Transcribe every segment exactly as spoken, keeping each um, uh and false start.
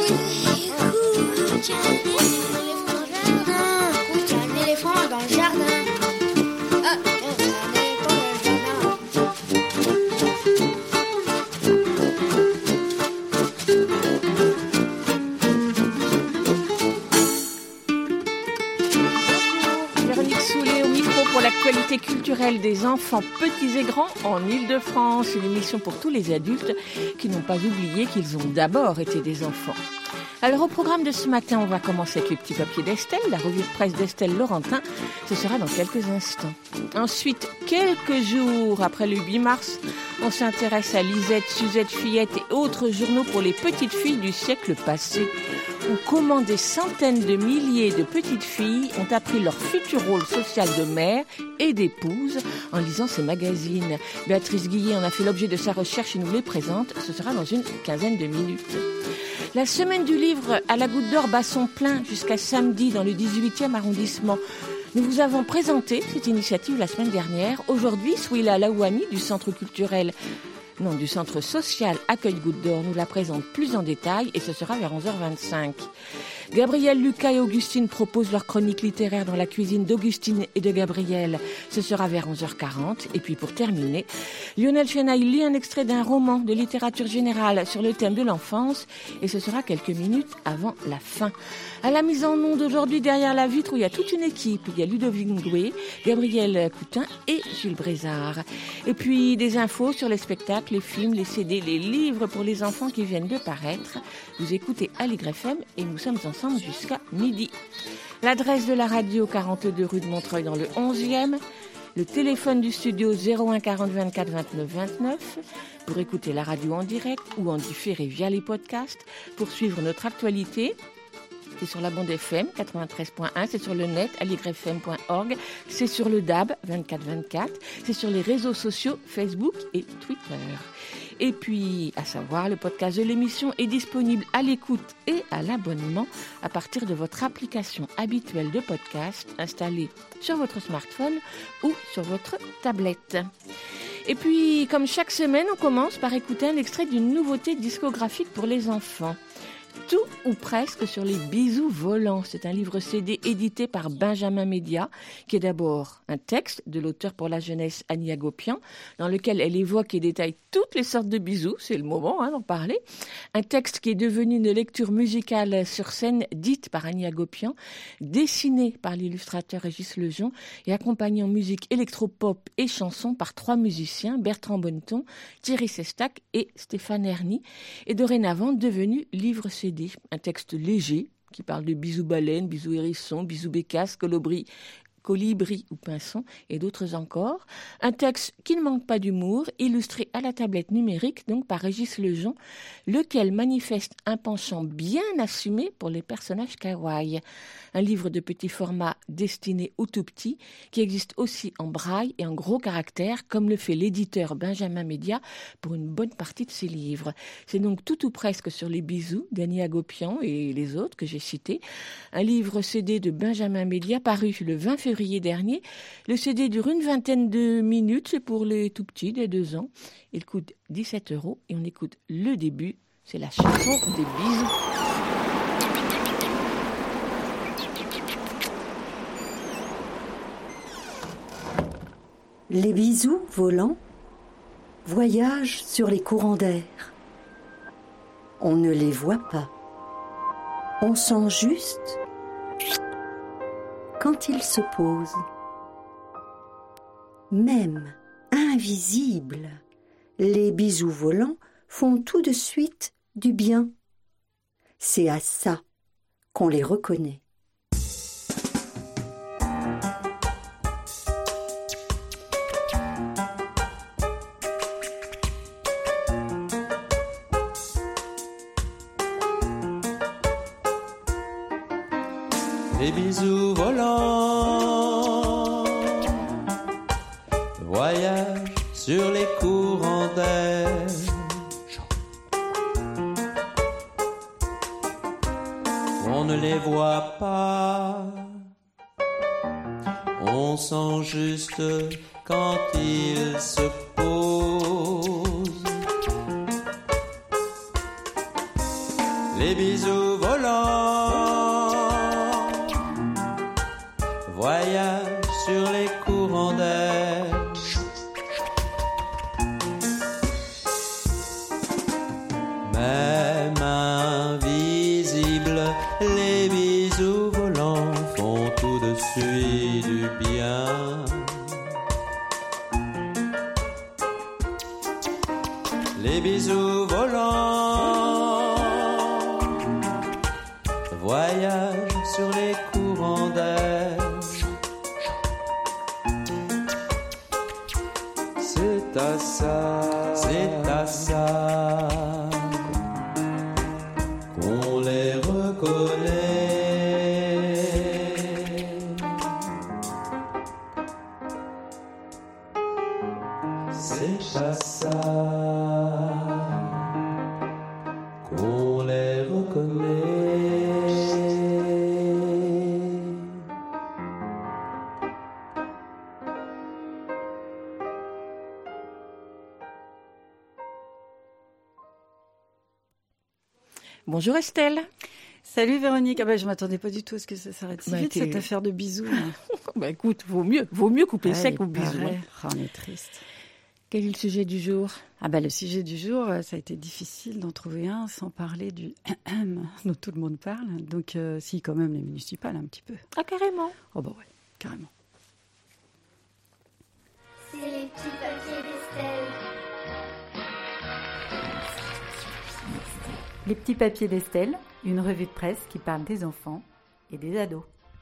Dans le jardin. Ah, il y a un éléphant dans le jardin. Véronique Soulet au micro pour l'actualité culturelle des enfants petits et grands en Île-de-France. Une émission pour tous les adultes qui n'ont pas oublié qu'ils ont d'abord été des enfants. Alors au programme de ce matin, on va commencer avec les petits papiers d'Estelle, la revue de presse d'Estelle Laurentin. Ce sera dans quelques instants. Ensuite, quelques jours après le huit mars, on s'intéresse à Lisette, Suzette, Fillette et autres journaux pour les petites filles du siècle passé. Où comment des centaines de milliers de petites filles ont appris leur futur rôle social de mère et d'épouse en lisant ces magazines. Béatrice Guillet en a fait l'objet de sa recherche et nous les présente. Ce sera dans une quinzaine de minutes. La semaine du livre à la Goutte d'Or bat son plein jusqu'à samedi dans le dix-huitième arrondissement. Nous vous avons présenté cette initiative la semaine dernière. Aujourd'hui, Souila Laouani du centre culturel, non, du centre social Accueil Goutte d'Or nous la présente plus en détail et ce sera vers onze heures vingt-cinq. Gabriel, Lucas et Augustine proposent leur chronique littéraire dans la cuisine d'Augustine et de Gabriel. Ce sera vers onze heures quarante. Et puis pour terminer, Lionel Chenaille lit un extrait d'un roman de littérature générale sur le thème de l'enfance et ce sera quelques minutes avant la fin. À la mise en onde aujourd'hui, derrière la vitre, où il y a toute une équipe. Il y a Ludovic Ngoué, Gabriel Coutin et Jules Brézard. Et puis des infos sur les spectacles, les films, les C D, les livres pour les enfants qui viennent de paraître. Vous écoutez Aligre F M et nous sommes ensemble jusqu'à midi. L'adresse de la radio, quarante-deux rue de Montreuil dans le onzième. Le téléphone du studio zéro un quarante vingt-quatre vingt-neuf vingt-neuf pour écouter la radio en direct ou en différé via les podcasts. Pour suivre notre actualité, c'est sur la bande F M quatre-vingt-treize point un, c'est sur le net aligre f m point org, c'est sur le D A B vingt-quatre vingt-quatre, c'est sur les réseaux sociaux Facebook et Twitter. Et puis, à savoir, le podcast de l'émission est disponible à l'écoute et à l'abonnement à partir de votre application habituelle de podcast installée sur votre smartphone ou sur votre tablette. Et puis, comme chaque semaine, on commence par écouter un extrait d'une nouveauté discographique pour les enfants. Tout ou presque sur les bisous volants. C'est un livre C D édité par Benjamin Média, qui est d'abord un texte de l'auteur pour la jeunesse Annie Agopian, dans lequel elle évoque et détaille toutes les sortes de bisous, c'est le moment hein, d'en parler. Un texte qui est devenu une lecture musicale sur scène dite par Annie Agopian, dessinée par l'illustrateur Régis Lejean et accompagnée en musique électropop et chanson par trois musiciens, Bertrand Bonneton, Thierry Sestac et Stéphane Erny, et dorénavant devenu livre C D. Un texte léger qui parle de bisous baleines, bisous hérissons, bisous bécasses, colibri, colibri ou pinson et d'autres encore. Un texte qui ne manque pas d'humour, illustré à la tablette numérique donc par Régis Lejean, lequel manifeste un penchant bien assumé pour les personnages kawaii. Un livre de petit format destiné aux tout petits qui existe aussi en braille et en gros caractères comme le fait l'éditeur Benjamin Média pour une bonne partie de ses livres. C'est donc tout ou presque sur les bisous d'Annie Agopian et les autres que j'ai cités. Un livre C D de Benjamin Média paru le vingt février dernier. Le C D dure une vingtaine de minutes, c'est pour les tout petits des deux ans. Il coûte dix-sept euros et on écoute le début, c'est la chanson des bisous. Les bisous volants voyagent sur les courants d'air. On ne les voit pas. On sent juste quand ils se posent. Même invisibles, les bisous volants font tout de suite du bien. C'est à ça qu'on les reconnaît. Les bisous volants voyagent sur les courants d'air. On ne les voit pas, on sent juste quand ils se posent. les bisous volants voyagent sur les courants d'air. Même invisibles, les bisous volants font tout de suite du bien. Les bisous volants voyagent sur les courants d'air. C'est à ça, c'est à ça qu'on les reconnaît. C'est à ça qu'on les reconnaît. Bonjour Estelle. Salut Véronique. Ah bah, je ne m'attendais pas du tout à ce que ça s'arrête si Bah, vite, t'es- cette affaire de bisous. Bah écoute, vaut mieux, vaut mieux couper Ah, sec il au bisou. paraît. hein. Ah, on est triste. Quel est le sujet du jour? Ah bah, le sujet du jour, euh, ça a été difficile d'en trouver un sans parler du dont tout le monde parle. Donc, euh, si, quand même, les municipales, un petit peu. Ah carrément. Oh bah ouais, carrément. C'est les petits papiers d'Estelle. Les petits papiers d'Estelle, une revue de presse qui parle des enfants et des ados.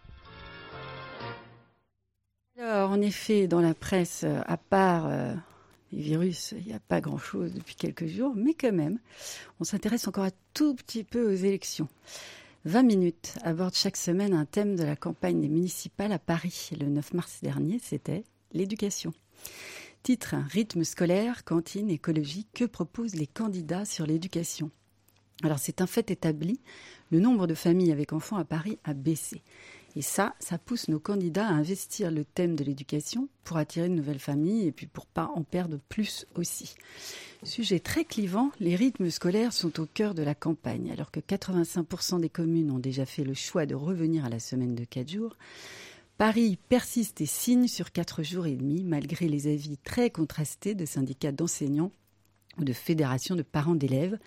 Alors, en effet, dans la presse, euh, à part euh, les virus, il n'y a pas grand-chose depuis quelques jours, mais quand même, on s'intéresse encore un tout petit peu aux élections. vingt minutes aborde chaque semaine un thème de la campagne des municipales à Paris. Le neuf mars dernier, c'était l'éducation. Titre, rythme scolaire, cantine, écologie, que proposent les candidats sur l'éducation? Alors, c'est un fait établi, le nombre de familles avec enfants à Paris a baissé. Et ça, ça pousse nos candidats à investir le thème de l'éducation pour attirer de nouvelles familles et puis pour pas en perdre plus aussi. Sujet très clivant, les rythmes scolaires sont au cœur de la campagne. Alors que quatre-vingt-cinq pour cent des communes ont déjà fait le choix de revenir à la semaine de quatre jours, Paris persiste et signe sur quatre jours et demi, malgré les avis très contrastés de syndicats d'enseignants ou de fédérations de parents d'élèves,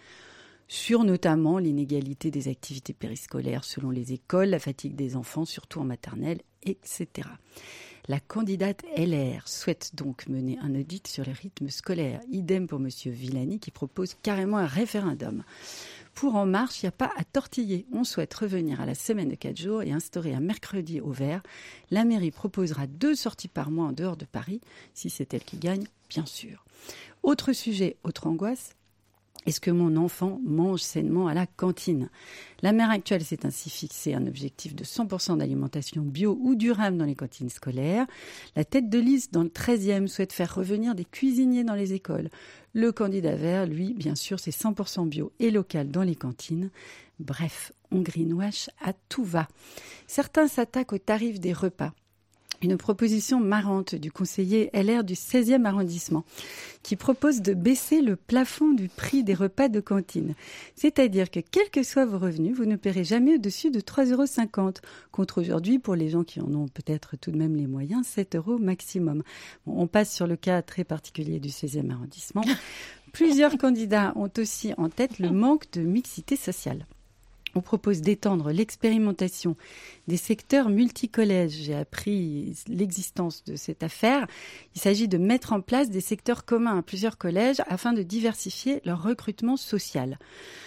sur notamment l'inégalité des activités périscolaires selon les écoles, la fatigue des enfants, surtout en maternelle, et cetera. La candidate L R souhaite donc mener un audit sur les rythmes scolaires. Idem pour M. Villani qui propose carrément un référendum. Pour En Marche, il n'y a pas à tortiller. On souhaite revenir à la semaine de quatre jours et instaurer un mercredi au vert. La mairie proposera deux sorties par mois en dehors de Paris, si c'est elle qui gagne, bien sûr. Autre sujet, autre angoisse. Est-ce que mon enfant mange sainement à la cantine? La maire actuelle s'est ainsi fixé un objectif de cent pour cent d'alimentation bio ou durable dans les cantines scolaires. La tête de liste dans le treizième souhaite faire revenir des cuisiniers dans les écoles. Le candidat vert, lui, bien sûr, c'est cent pour cent bio et local dans les cantines. Bref, on greenwash à tout va. Certains s'attaquent aux tarifs des repas. Une proposition marrante du conseiller L R du seizième arrondissement qui propose de baisser le plafond du prix des repas de cantine. C'est-à-dire que quels que soient vos revenus, vous ne paierez jamais au-dessus de trois euros cinquante, contre aujourd'hui, pour les gens qui en ont peut-être tout de même les moyens, sept euros maximum. Bon, on passe sur le cas très particulier du seizième arrondissement. Plusieurs candidats ont aussi en tête le manque de mixité sociale. On propose d'étendre l'expérimentation des secteurs multicollèges. J'ai appris l'existence de cette affaire. Il s'agit de mettre en place des secteurs communs à plusieurs collèges afin de diversifier leur recrutement social.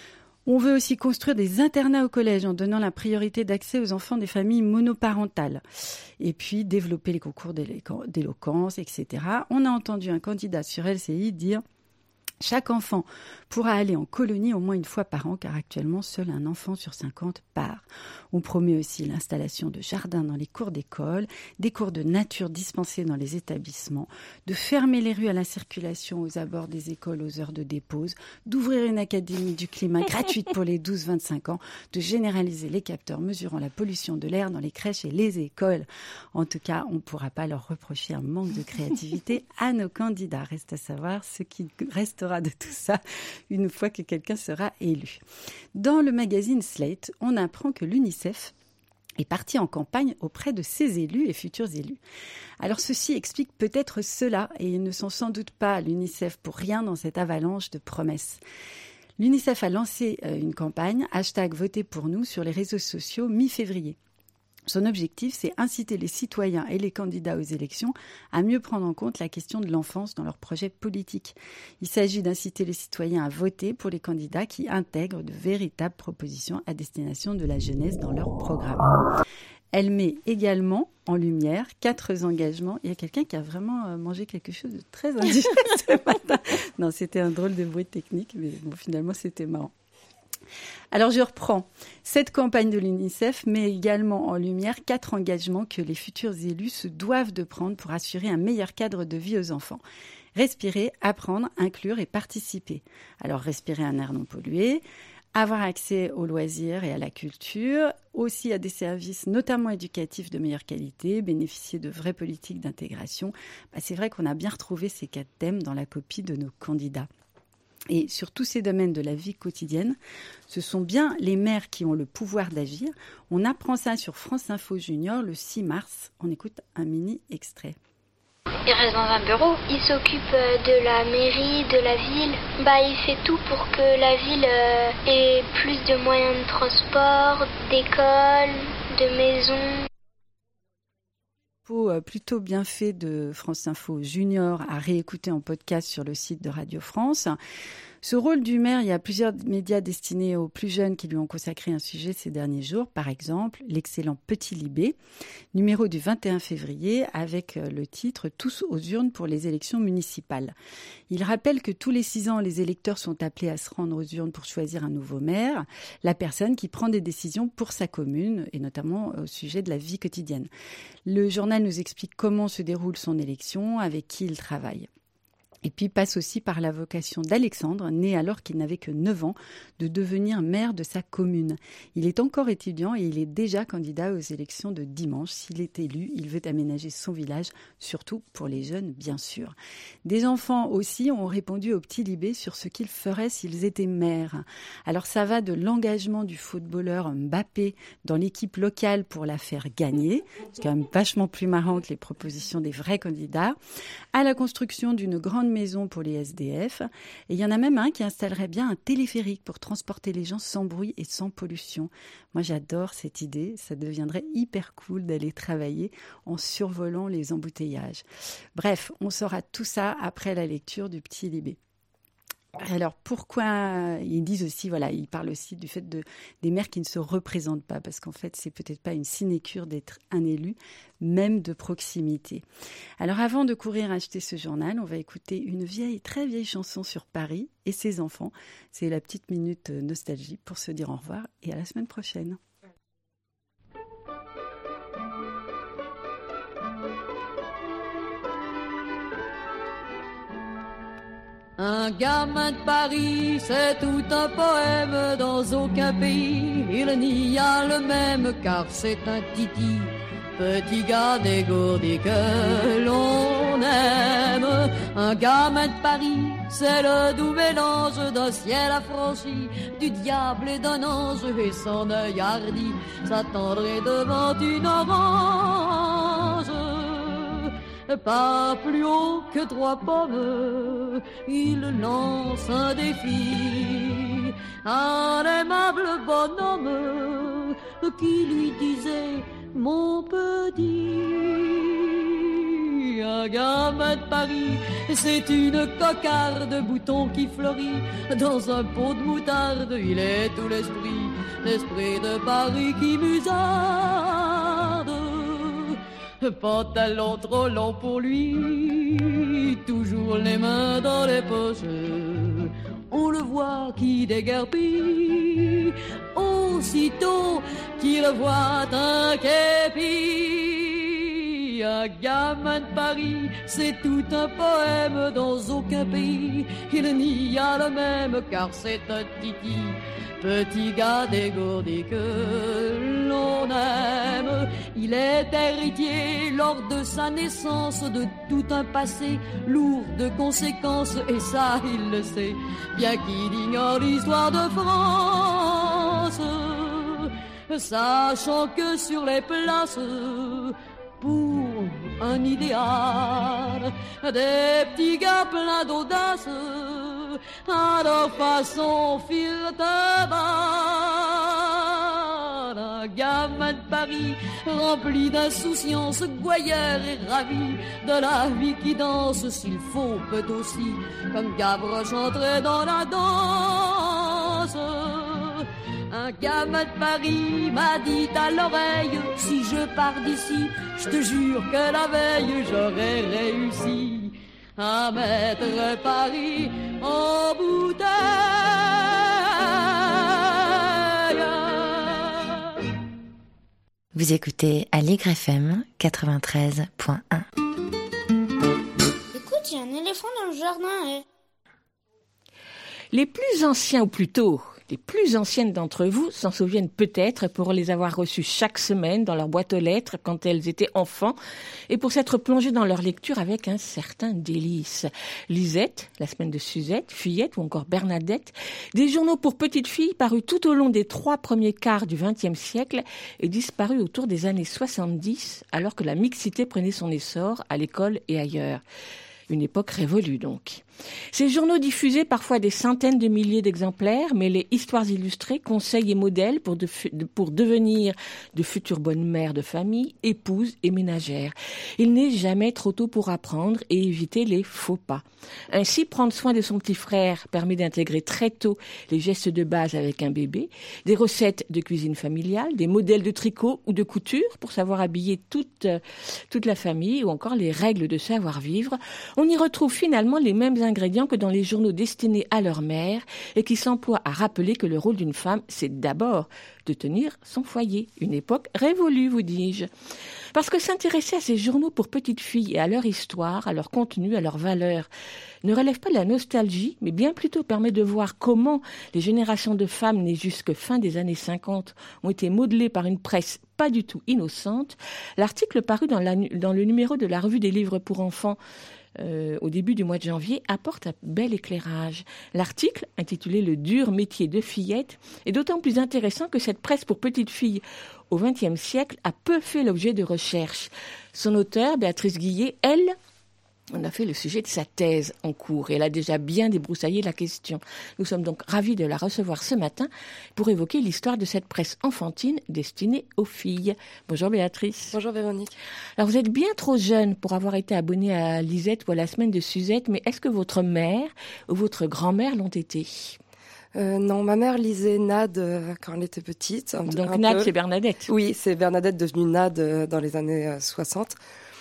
On veut aussi construire des internats au collège en donnant la priorité d'accès aux enfants des familles monoparentales. Et puis développer les concours d'éloquence, et cetera. On a entendu un candidat sur L C I dire « Chaque enfant pourra aller en colonie au moins une fois par an, car actuellement, seul un enfant sur cinquante part. » On promet aussi l'installation de jardins dans les cours d'école, des cours de nature dispensés dans les établissements, de fermer les rues à la circulation aux abords des écoles aux heures de dépause, d'ouvrir une académie du climat gratuite pour les douze vingt-cinq ans, de généraliser les capteurs mesurant la pollution de l'air dans les crèches et les écoles. En tout cas, on ne pourra pas leur reprocher un manque de créativité à nos candidats. Reste à savoir ce qui restera reparlera de tout ça une fois que quelqu'un sera élu. Dans le magazine Slate, on apprend que l'UNICEF est parti en campagne auprès de ses élus et futurs élus. Alors ceci explique peut-être cela, et ils ne sont sans doute pas à l'UNICEF pour rien dans cette avalanche de promesses. L'UNICEF a lancé une campagne, hashtag Votez pour nous, sur les réseaux sociaux mi-février. Son objectif, c'est inciter les citoyens et les candidats aux élections à mieux prendre en compte la question de l'enfance dans leurs projets politiques. Il s'agit d'inciter les citoyens à voter pour les candidats qui intègrent de véritables propositions à destination de la jeunesse dans leur programme. Elle met également en lumière quatre engagements. Il y a quelqu'un qui a vraiment mangé quelque chose de très indigeste ce matin. Non, c'était un drôle de bruit technique, mais bon, finalement, c'était marrant. Alors je reprends. Cette campagne de l'UNICEF met également en lumière quatre engagements que les futurs élus se doivent de prendre pour assurer un meilleur cadre de vie aux enfants. Respirer, apprendre, inclure et participer. Alors respirer un air non pollué, avoir accès aux loisirs et à la culture, aussi à des services notamment éducatifs de meilleure qualité, bénéficier de vraies politiques d'intégration. Bah, c'est vrai qu'on a bien retrouvé ces quatre thèmes dans la copie de nos candidats. Et sur tous ces domaines de la vie quotidienne, ce sont bien les maires qui ont le pouvoir d'agir. On apprend ça sur France Info Junior le six mars. On écoute un mini extrait. Il reste dans un bureau. Il s'occupe de la mairie, de la ville. Bah, il fait tout pour que la ville euh, ait plus de moyens de transport, d'école, de maisons. Plutôt bien fait de France Info Junior à réécouter en podcast sur le site de Radio France. Ce rôle du maire, il y a plusieurs médias destinés aux plus jeunes qui lui ont consacré un sujet ces derniers jours. Par exemple, l'excellent Petit Libé, numéro du vingt et un février, avec le titre « Tous aux urnes pour les élections municipales ». Il rappelle que tous les six ans, les électeurs sont appelés à se rendre aux urnes pour choisir un nouveau maire, la personne qui prend des décisions pour sa commune, et notamment au sujet de la vie quotidienne. Le journal nous explique comment se déroule son élection, avec qui il travaille. Et puis passe aussi par la vocation d'Alexandre, né alors qu'il n'avait que neuf ans, de devenir maire de sa commune. Il est encore étudiant et il est déjà candidat aux élections de dimanche. S'il est élu, il veut aménager son village, surtout pour les jeunes, bien sûr. Des enfants aussi ont répondu au Petit Libé sur ce qu'ils feraient s'ils étaient maires. Alors ça va de l'engagement du footballeur Mbappé dans l'équipe locale pour la faire gagner, c'est quand même vachement plus marrant que les propositions des vrais candidats, à la construction d'une grande maison pour les S D F. Et il y en a même un qui installerait bien un téléphérique pour transporter les gens sans bruit et sans pollution. Moi, j'adore cette idée. Ça deviendrait hyper cool d'aller travailler en survolant les embouteillages. Bref, on saura tout ça après la lecture du Petit Libé. Alors pourquoi ils disent aussi, voilà, ils parlent aussi du fait de des maires qui ne se représentent pas, parce qu'en fait c'est peut-être pas une sinécure d'être un élu, même de proximité. Alors avant de courir acheter ce journal, on va écouter une vieille, très vieille chanson sur Paris et ses enfants. C'est la petite minute nostalgie pour se dire au revoir et à la semaine prochaine. Un gamin de Paris, c'est tout un poème, dans aucun pays il n'y a le même, car c'est un titi, petit gars dégourdi que l'on aime. Un gamin de Paris, c'est le doux mélange d'un ciel affranchi, du diable et d'un ange, et son œil hardi s'attendrait devant une orange. Pas plus haut que trois pommes, il lance un défi à un aimable bonhomme qui lui disait « Mon petit ». Un gamin de Paris, c'est une cocarde, bouton qui fleurit dans un pot de moutarde. Il est tout l'esprit, l'esprit de Paris qui musarde. Pantalon trop long pour lui, toujours les mains dans les poches. On le voit qui déguerpit, aussitôt qu'il voit un képi. Un gamin de Paris, c'est tout un poème, dans aucun pays il n'y a le même, car c'est un titi, petit gars dégourdi que l'on aime. Il est héritier lors de sa naissance de tout un passé lourd de conséquences, et ça il le sait, bien qu'il ignore l'histoire de France, sachant que sur les places, pour un idéal, des petits gars pleins d'audace, à leur façon firent un bal. Un gamin de Paris, rempli d'insouciance, gouailleur et ravi de la vie qui danse, s'il faut peut aussi, comme Gavroche, entrer dans la danse. Un gamin de Paris m'a dit à l'oreille, si je pars d'ici, je te jure que la veille j'aurais réussi à mettre Paris en bouteille. Vous écoutez Aligre F M quatre-vingt-treize point un. Écoute, il y a un éléphant dans le jardin. Et... Les plus anciens, ou plutôt les plus anciennes d'entre vous, s'en souviennent peut-être pour les avoir reçues chaque semaine dans leur boîte aux lettres quand elles étaient enfants et pour s'être plongées dans leur lecture avec un certain délice. Lisette, la semaine de Suzette, Fillette ou encore Bernadette, des journaux pour petites filles parus tout au long des trois premiers quarts du vingtième siècle et disparus autour des années soixante-dix alors que la mixité prenait son essor à l'école et ailleurs. Une époque révolue donc. Ces journaux diffusaient parfois des centaines de milliers d'exemplaires, mêlaient histoires illustrées, conseils et modèles pour, de, pour devenir de futures bonnes mères de famille, épouses et ménagères. Il n'est jamais trop tôt pour apprendre et éviter les faux pas. Ainsi, prendre soin de son petit frère permet d'intégrer très tôt les gestes de base avec un bébé, des recettes de cuisine familiale, des modèles de tricot ou de couture pour savoir habiller toute, toute la famille ou encore les règles de savoir-vivre. On y retrouve finalement les mêmes ingrédients que dans les journaux destinés à leur mère et qui s'emploient à rappeler que le rôle d'une femme, c'est d'abord de tenir son foyer. Une époque révolue, vous dis-je. Parce que s'intéresser à ces journaux pour petites filles et à leur histoire, à leur contenu, à leurs valeurs, ne relève pas de la nostalgie, mais bien plutôt permet de voir comment les générations de femmes nées jusque fin des années cinquante ont été modelées par une presse pas du tout innocente. L'article paru dans, la, dans le numéro de la revue des livres pour enfants Euh, au début du mois de janvier, apporte un bel éclairage. L'article, intitulé « Le dur métier de Fillette », est d'autant plus intéressant que cette presse pour petites filles au vingtième siècle a peu fait l'objet de recherches. Son auteure, Béatrice Guillet, elle, on a fait le sujet de sa thèse en cours et elle a déjà bien débroussaillé la question. Nous sommes donc ravis de la recevoir ce matin pour évoquer l'histoire de cette presse enfantine destinée aux filles. Bonjour Béatrice. Bonjour Véronique. Alors vous êtes bien trop jeune pour avoir été abonnée à Lisette ou à la semaine de Suzette, mais est-ce que votre mère ou votre grand-mère l'ont été ? Euh, non, ma mère lisait Nad euh, quand elle était petite. Un, donc un Nad, peu. C'est Bernadette. Oui, c'est Bernadette devenue Nad euh, dans les années euh, soixante.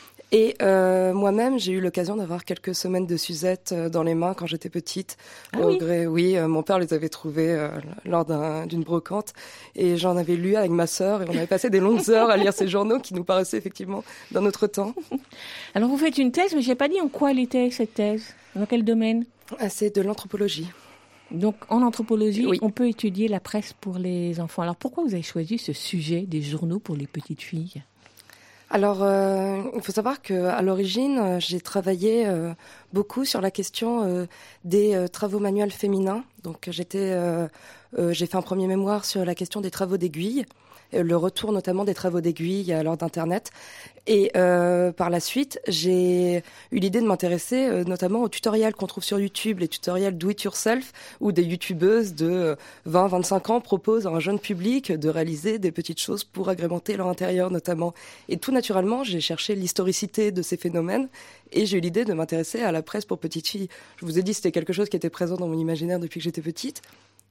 Et euh, moi-même, j'ai eu l'occasion d'avoir quelques semaines de Suzette euh, dans les mains quand j'étais petite. Ah Au oui. gré, oui, euh, mon père les avait trouvées euh, lors d'un, d'une brocante. Et j'en avais lu avec ma sœur. Et on avait passé des longues heures à lire ces journaux qui nous paraissaient effectivement d'un autre temps. Alors vous faites une thèse, mais je n'ai pas dit en quoi elle était cette thèse. Dans quel domaine ? Ah, c'est de l'anthropologie. Donc, en anthropologie, Oui. on peut étudier la presse pour les enfants. Alors, pourquoi vous avez choisi ce sujet des journaux pour les petites filles ? Alors, euh, il faut savoir qu'à l'origine, euh, j'ai travaillé euh, beaucoup sur la question euh, des euh, travaux manuels féminins. Donc, j'étais, euh, euh, j'ai fait un premier mémoire sur la question des travaux d'aiguille, euh, le retour notamment des travaux d'aiguille à l'heure d'Internet. Et euh, par la suite, j'ai eu l'idée de m'intéresser euh, notamment aux tutoriels qu'on trouve sur YouTube, les tutoriels do it yourself, où des youtubeuses de vingt à vingt-cinq ans proposent à un jeune public de réaliser des petites choses pour agrémenter leur intérieur notamment. Et tout naturellement, j'ai cherché l'historicité de ces phénomènes et j'ai eu l'idée de m'intéresser à la presse pour petites filles. Je vous ai dit, c'était quelque chose qui était présent dans mon imaginaire depuis que j'étais petite.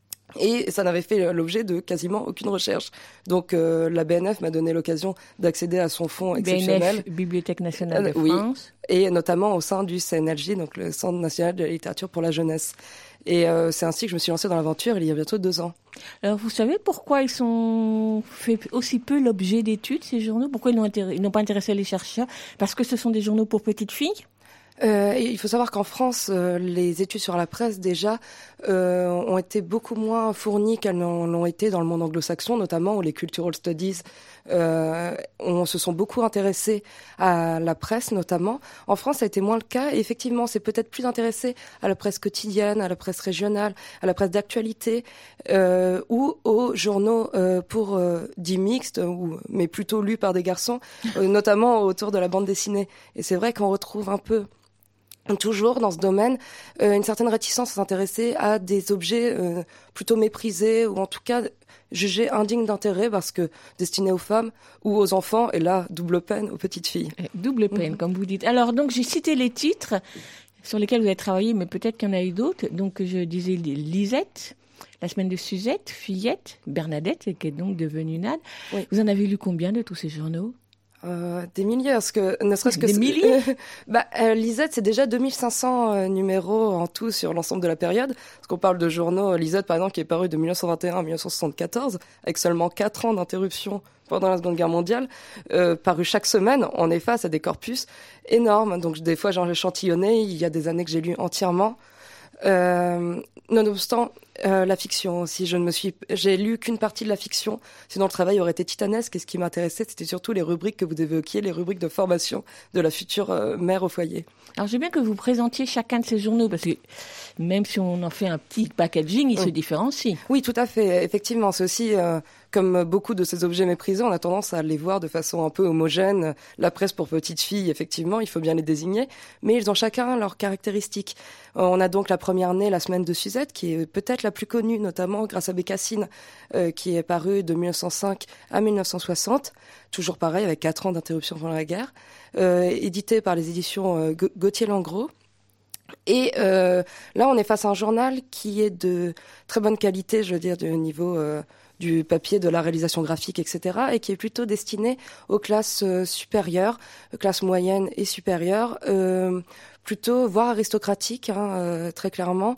Et ça n'avait fait l'objet de quasiment aucune recherche. Donc euh, la B N F m'a donné l'occasion d'accéder à son fonds exceptionnel. B N F, Bibliothèque nationale de euh, oui, France. Et notamment au sein du C N L J, donc le Centre national de la littérature pour la jeunesse. Et euh, c'est ainsi que je me suis lancée dans l'aventure il y a bientôt deux ans. Alors vous savez pourquoi ils sont fait aussi peu l'objet d'études, ces journaux ? Pourquoi ils n'ont, intéressé, ils n'ont pas intéressé les chercheurs ? Parce que ce sont des journaux pour petites filles ? Euh, et il faut savoir qu'en France, euh, les études sur la presse déjà euh, ont été beaucoup moins fournies qu'elles n'ont, l'ont été dans le monde anglo-saxon, notamment où les cultural studies euh, on se sont beaucoup intéressés à la presse notamment. En France, ça a été moins le cas. Et effectivement, c'est peut-être plus intéressé à la presse quotidienne, à la presse régionale, à la presse d'actualité euh, ou aux journaux euh, pour euh, dits mixtes, ou, mais plutôt lus par des garçons, euh, notamment autour de la bande dessinée. Et c'est vrai qu'on retrouve un peu toujours dans ce domaine euh, une certaine réticence à s'intéresser à des objets euh, plutôt méprisés ou en tout cas jugés indignes d'intérêt parce que destinés aux femmes ou aux enfants, et là, double peine aux petites filles. Double peine, mmh. comme vous dites. Alors, donc, j'ai cité les titres sur lesquels vous avez travaillé, mais peut-être qu'il y en a eu d'autres. Donc, je disais Lisette, La semaine de Suzette, Fillette, Bernadette, qui est donc devenue Nad. Oui. Vous en avez lu combien de tous ces journaux ? Euh, des milliers, parce que ne serait-ce que des milliers. Euh, bah, euh, Lisette, c'est déjà deux mille cinq cents euh, numéros en tout sur l'ensemble de la période. Parce qu'on parle de journaux, Lisette par exemple, qui est paru de dix-neuf cent vingt et un à dix-neuf cent soixante-quatorze, avec seulement quatre ans d'interruption pendant la Seconde Guerre mondiale, euh, paru chaque semaine. On est face à des corpus énormes. Donc des fois, j'en ai échantillonné. Il y a des années que j'ai lu entièrement. Euh, nonobstant euh, la fiction aussi, je ne me suis, j'ai lu qu'une partie de la fiction, sinon le travail aurait été titanesque. Et ce qui m'intéressait, c'était surtout les rubriques que vous évoquiez, les rubriques de formation de la future euh, mère au foyer. Alors j'ai bien que vous présentiez chacun de ces journaux, parce que même si on en fait un petit packaging, ils oui. se différencient. Oui, tout à fait. Effectivement, c'est aussi euh, comme beaucoup de ces objets méprisés, on a tendance à les voir de façon un peu homogène. La presse pour petites filles, effectivement, il faut bien les désigner, mais ils ont chacun leurs caractéristiques. On a donc la première née, La semaine de Suzette, qui est peut-être la plus connue, notamment grâce à Bécassine, euh, qui est parue de dix-neuf cent cinq à dix-neuf cent soixante, toujours pareil, avec quatre ans d'interruption pendant la guerre, euh, édité par les éditions euh, Gauthier-Langros. Et euh, là, on est face à un journal qui est de très bonne qualité, je veux dire, du niveau euh, du papier, de la réalisation graphique, et cetera, et qui est plutôt destiné aux classes euh, supérieures, classes moyennes et supérieures, euh, plutôt voire aristocratiques, hein, euh, très clairement.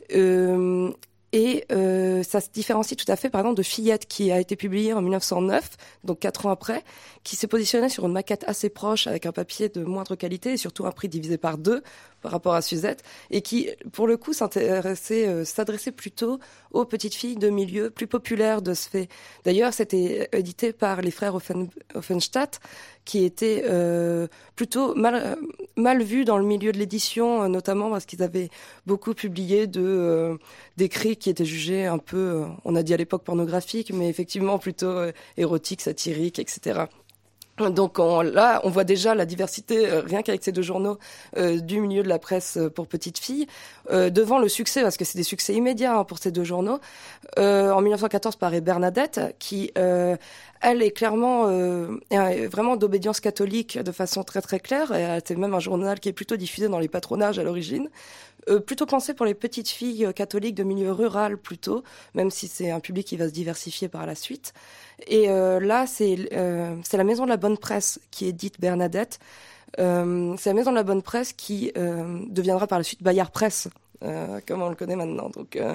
Euh, Et euh, ça se différencie tout à fait, par exemple, de Fillette, qui a été publiée en dix-neuf cent neuf, donc quatre ans après, qui s'est positionnée sur une maquette assez proche, avec un papier de moindre qualité et surtout un prix divisé par deux par rapport à Suzette, et qui, pour le coup, s'intéressait, euh, s'adressait plutôt aux petites filles de milieu plus populaires de ce fait. D'ailleurs, c'était édité par les frères Offen, Offenstadt, qui étaient euh, plutôt mal, mal vus dans le milieu de l'édition, euh, notamment parce qu'ils avaient beaucoup publié de euh, d'écrits qui étaient jugés un peu, euh, on a dit à l'époque pornographiques, mais effectivement plutôt euh, érotiques, satiriques, et cetera. Donc on, là, on voit déjà la diversité, euh, rien qu'avec ces deux journaux, euh, du milieu de la presse pour petites filles, euh, devant le succès, parce que c'est des succès immédiats hein, pour ces deux journaux. Euh, en dix-neuf cent quatorze paraît Bernadette, qui, euh, elle, est clairement, euh, est vraiment d'obédience catholique de façon très très claire, et c'est même un journal qui est plutôt diffusé dans les patronages à l'origine. Euh, plutôt pensé pour les petites filles euh, catholiques de milieu rural plutôt, même si c'est un public qui va se diversifier par la suite. Et euh, là, c'est, euh, c'est la Maison de la Bonne Presse qui édite Bernadette. Euh, c'est la Maison de la Bonne Presse qui euh, deviendra par la suite Bayard Presse, euh, comme on le connaît maintenant. Donc, euh,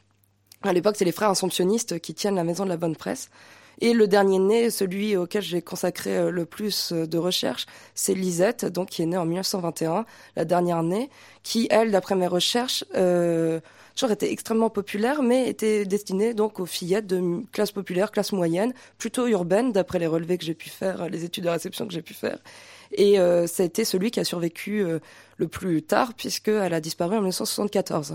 à l'époque, c'est les frères assomptionnistes qui tiennent la Maison de la Bonne Presse. Et le dernier né, celui auquel j'ai consacré le plus de recherches, c'est Lisette, donc qui est née en dix-neuf cent vingt et un, la dernière née, qui, elle, d'après mes recherches, euh, toujours était extrêmement populaire, mais était destinée donc aux fillettes de classe populaire, classe moyenne, plutôt urbaine, d'après les relevés que j'ai pu faire, les études de réception que j'ai pu faire. Et euh, ça a été celui qui a survécu euh, le plus tard, puisqu'elle a disparu en dix-neuf cent soixante-quatorze.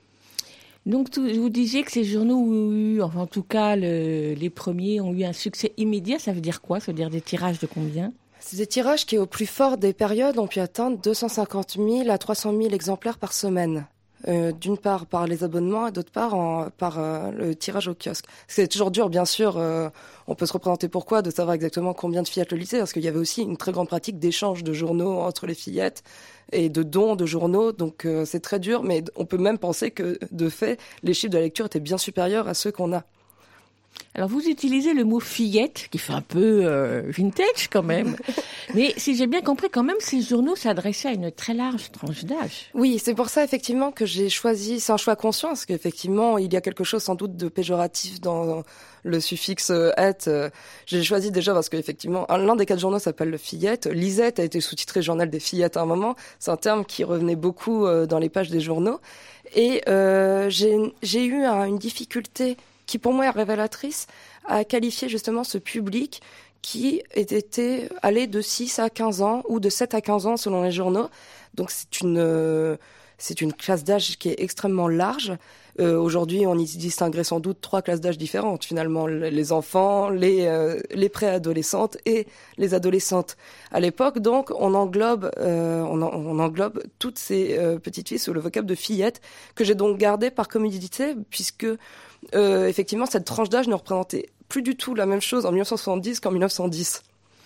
Donc, tout, vous disiez que ces journaux ont eu, enfin, en tout cas, le, les premiers ont eu un succès immédiat. Ça veut dire quoi ? Ça veut dire des tirages de combien ? C'est des tirages qui, au plus fort des périodes, ont pu atteindre deux cent cinquante mille à trois cent mille exemplaires par semaine. Euh, d'une part par les abonnements et d'autre part en, par euh, le tirage au kiosque. C'est toujours dur, bien sûr, euh, on peut se représenter pourquoi, de savoir exactement combien de fillettes le lisaient, parce qu'il y avait aussi une très grande pratique d'échange de journaux entre les fillettes et de dons de journaux, donc euh, c'est très dur, mais on peut même penser que, de fait, les chiffres de la lecture étaient bien supérieurs à ceux qu'on a. Alors, vous utilisez le mot fillette, qui fait un peu euh, vintage quand même. Mais si j'ai bien compris, quand même, ces journaux s'adressaient à une très large tranche d'âge. Oui, c'est pour ça, effectivement, que j'ai choisi, c'est un choix conscient, parce qu'effectivement, il y a quelque chose sans doute de péjoratif dans le suffixe euh, « et euh, ». J'ai choisi déjà parce qu'effectivement, l'un des quatre journaux s'appelle le Fillette. Lisette a été sous-titré Journal des fillettes à un moment. C'est un terme qui revenait beaucoup euh, dans les pages des journaux. Et euh, j'ai, j'ai eu un, une difficulté qui pour moi est révélatrice, à qualifier justement ce public qui était allé de six à quinze ans ou de sept à quinze ans selon les journaux. Donc c'est une, euh, c'est une classe d'âge qui est extrêmement large. Euh, aujourd'hui, on y distinguerait sans doute trois classes d'âge différentes, finalement, les enfants, les, euh, les préadolescentes et les adolescentes. À l'époque, donc, on englobe, euh, on, en, on englobe toutes ces euh, petites filles sous le vocable de fillettes, que j'ai donc gardé par commodité, puisque Euh, effectivement, cette tranche d'âge ne représentait plus du tout la même chose en dix-neuf cent soixante-dix qu'en mille neuf cent dix.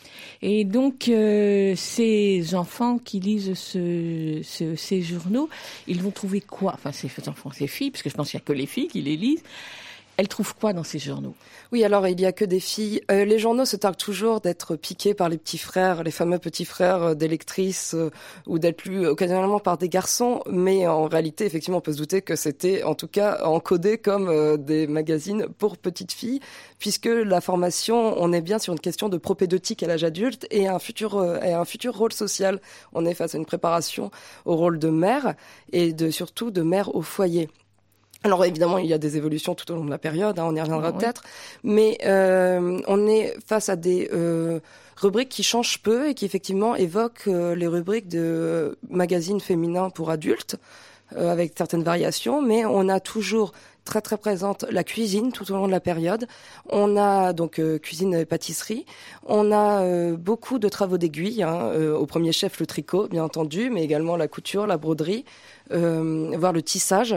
Et donc, euh, ces enfants qui lisent ce, ce, ces journaux, ils vont trouver quoi? Enfin, ces enfants, ces filles, parce que je pense qu'il n'y a que les filles qui les lisent. Elles trouvent quoi dans ces journaux? Oui, alors il y a que des filles. Euh, les journaux se targuent toujours d'être piqués par les petits frères, les fameux petits frères euh, des lectrices, euh, ou d'être lus occasionnellement par des garçons. Mais en réalité, effectivement, on peut se douter que c'était, en tout cas, encodé comme euh, des magazines pour petites filles, puisque la formation, on est bien sur une question de propédeutique à l'âge adulte et un futur euh, et un futur rôle social. On est face à une préparation au rôle de mère et de surtout de mère au foyer. Alors évidemment, il y a des évolutions tout au long de la période, hein, on y reviendra oui. peut-être, mais euh, on est face à des euh, rubriques qui changent peu et qui effectivement évoquent euh, les rubriques de magazines féminins pour adultes, euh, avec certaines variations, mais on a toujours très très présente la cuisine tout au long de la période. On a donc euh, cuisine et pâtisserie, on a euh, beaucoup de travaux d'aiguille, hein, euh, au premier chef le tricot bien entendu, mais également la couture, la broderie, euh, voire le tissage.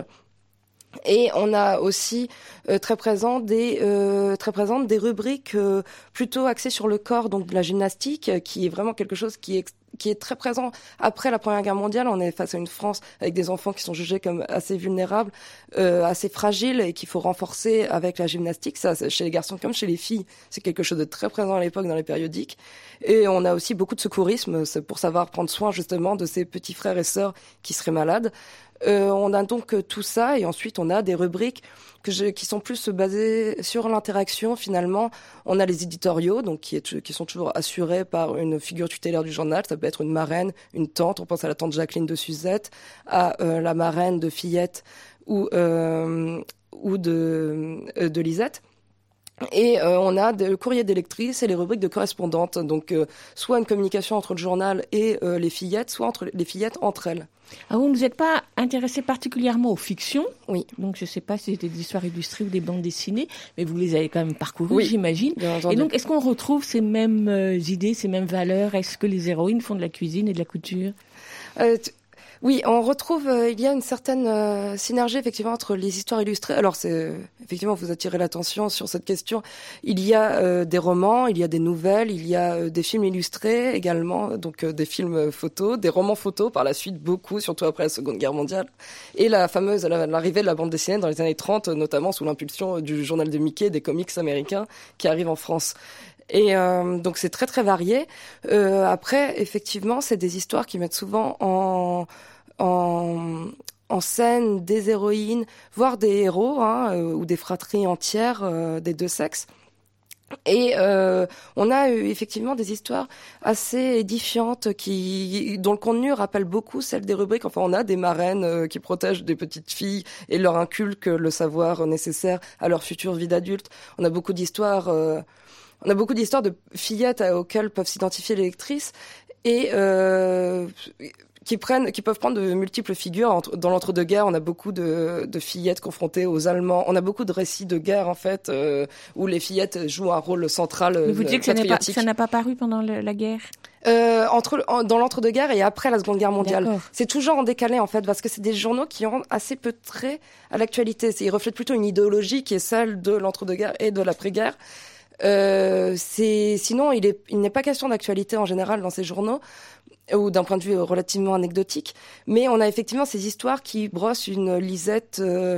Et on a aussi euh, très présent des euh, très présentes des rubriques euh, plutôt axées sur le corps, donc de la gymnastique, euh, qui est vraiment quelque chose qui est qui est très présent après la Première Guerre mondiale. On est face à une France avec des enfants qui sont jugés comme assez vulnérables, euh, assez fragiles et qu'il faut renforcer avec la gymnastique. Ça, chez les garçons comme chez les filles, c'est quelque chose de très présent à l'époque dans les périodiques. Et on a aussi beaucoup de secourisme, c'est pour savoir prendre soin justement de ces petits frères et sœurs qui seraient malades. Euh, on a donc tout ça et ensuite on a des rubriques que je, qui sont plus basées sur l'interaction finalement. On a les éditoriaux donc qui, est, qui sont toujours assurés par une figure tutélaire du journal. Ça peut être une marraine, une tante. On pense à la tante Jacqueline de Suzette, à euh, la marraine de Fillette ou, euh, ou de, euh, de Lisette. Et euh, on a le courrier des lectrices et les rubriques de correspondantes. Donc euh, soit une communication entre le journal et euh, les fillettes, soit entre les fillettes entre elles. Ah, vous ne vous êtes pas intéressé particulièrement aux fictions? Oui. Donc je ne sais pas si c'était des histoires illustrées ou des bandes dessinées, mais vous les avez quand même parcourues, oui, j'imagine. Et donc est-ce qu'on retrouve ces mêmes euh, idées, ces mêmes valeurs? Est-ce que les héroïnes font de la cuisine et de la couture? euh, t- Oui, on retrouve, euh, il y a une certaine euh, synergie effectivement entre les histoires illustrées. Alors c'est euh, effectivement, vous attirez l'attention sur cette question. Il y a euh, des romans, il y a des nouvelles, il y a euh, des films illustrés également, donc euh, des films photos, des romans photos par la suite, beaucoup, surtout après la Seconde Guerre mondiale. Et la fameuse la, l'arrivée de la bande dessinée dans les années trente, notamment sous l'impulsion du journal de Mickey, des comics américains qui arrivent en France. Et euh, donc c'est très très varié. Euh, après, effectivement, c'est des histoires qui mettent souvent en en, en scène des héroïnes, voire des héros, hein, euh, ou des fratries entières euh, des deux sexes. Et euh, on a eu effectivement des histoires assez édifiantes qui, dont le contenu rappelle beaucoup celle des rubriques. Enfin, on a des marraines euh, qui protègent des petites filles et leur inculquent le savoir nécessaire à leur future vie d'adulte. On a beaucoup d'histoires, euh, on a beaucoup d'histoires de fillettes auxquelles peuvent s'identifier les lectrices et euh, qui prennent, qui peuvent prendre de multiples figures. Dans l'entre-deux-guerres, on a beaucoup de, de fillettes confrontées aux Allemands. On a beaucoup de récits de guerre, en fait, euh, où les fillettes jouent un rôle central. Mais vous dites que ça, n'est pas, ça n'a pas paru pendant le, la guerre? Euh, entre, en, dans l'entre-deux-guerres et après la Seconde Guerre mondiale. D'accord. C'est toujours en décalé, en fait, parce que c'est des journaux qui ont assez peu de traits à l'actualité. C'est, ils reflètent plutôt une idéologie qui est celle de l'entre-deux-guerres et de l'après-guerre. Euh, c'est, sinon, il, est, il n'est pas question d'actualité en général dans ces journaux, ou d'un point de vue relativement anecdotique, mais on a effectivement ces histoires qui brossent une Lisette euh,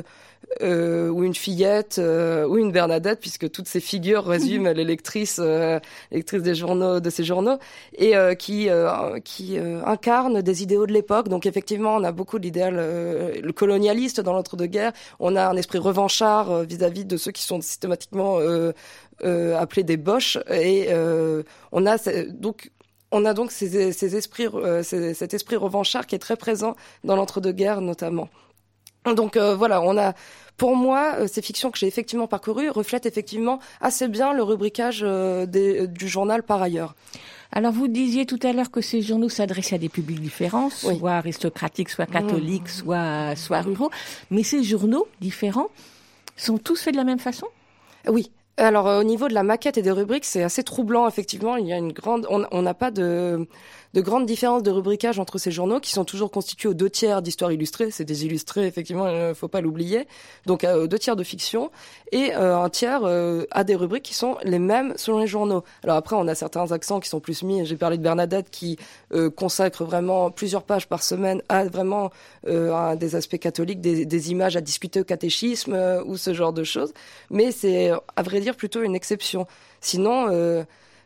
Euh, ou une fillette, euh, ou une Bernadette, puisque toutes ces figures résument les lectrices, euh, lectrices des journaux, de ces journaux, et euh, qui euh, qui euh, incarnent des idéaux de l'époque. Donc effectivement, on a beaucoup l'idéal euh, le colonialiste dans l'entre-deux-guerres. On a un esprit revanchard euh, vis-à-vis de ceux qui sont systématiquement euh, euh, appelés des boches, et euh, on a donc on a donc ces, ces esprits, euh, ces, cet esprit revanchard qui est très présent dans l'entre-deux-guerres notamment. Donc euh, voilà, on a, pour moi, euh, ces fictions que j'ai effectivement parcourues reflètent effectivement assez bien le rubricage euh, des, du journal par ailleurs. Alors vous disiez tout à l'heure que ces journaux s'adressaient à des publics différents, soit oui. aristocratiques, soit catholiques, mmh. soit, soit ruraux, mais ces journaux différents sont tous faits de la même façon ? Oui. Alors euh, au niveau de la maquette et des rubriques, c'est assez troublant effectivement. Il y a une grande, on n'a pas de de grandes différences de rubricage entre ces journaux qui sont toujours constitués aux deux tiers d'histoire illustrée. C'est des illustrés, effectivement, il ne faut pas l'oublier. Donc euh, deux tiers de fiction et euh, un tiers euh, a des rubriques qui sont les mêmes selon les journaux. Alors après, on a certains accents qui sont plus mis. J'ai parlé de Bernadette qui euh, consacre vraiment plusieurs pages par semaine à vraiment euh, à des aspects catholiques, des, des images à discuter au catéchisme euh, ou ce genre de choses. Mais c'est, à vrai dire, plutôt une exception. Sinon, euh,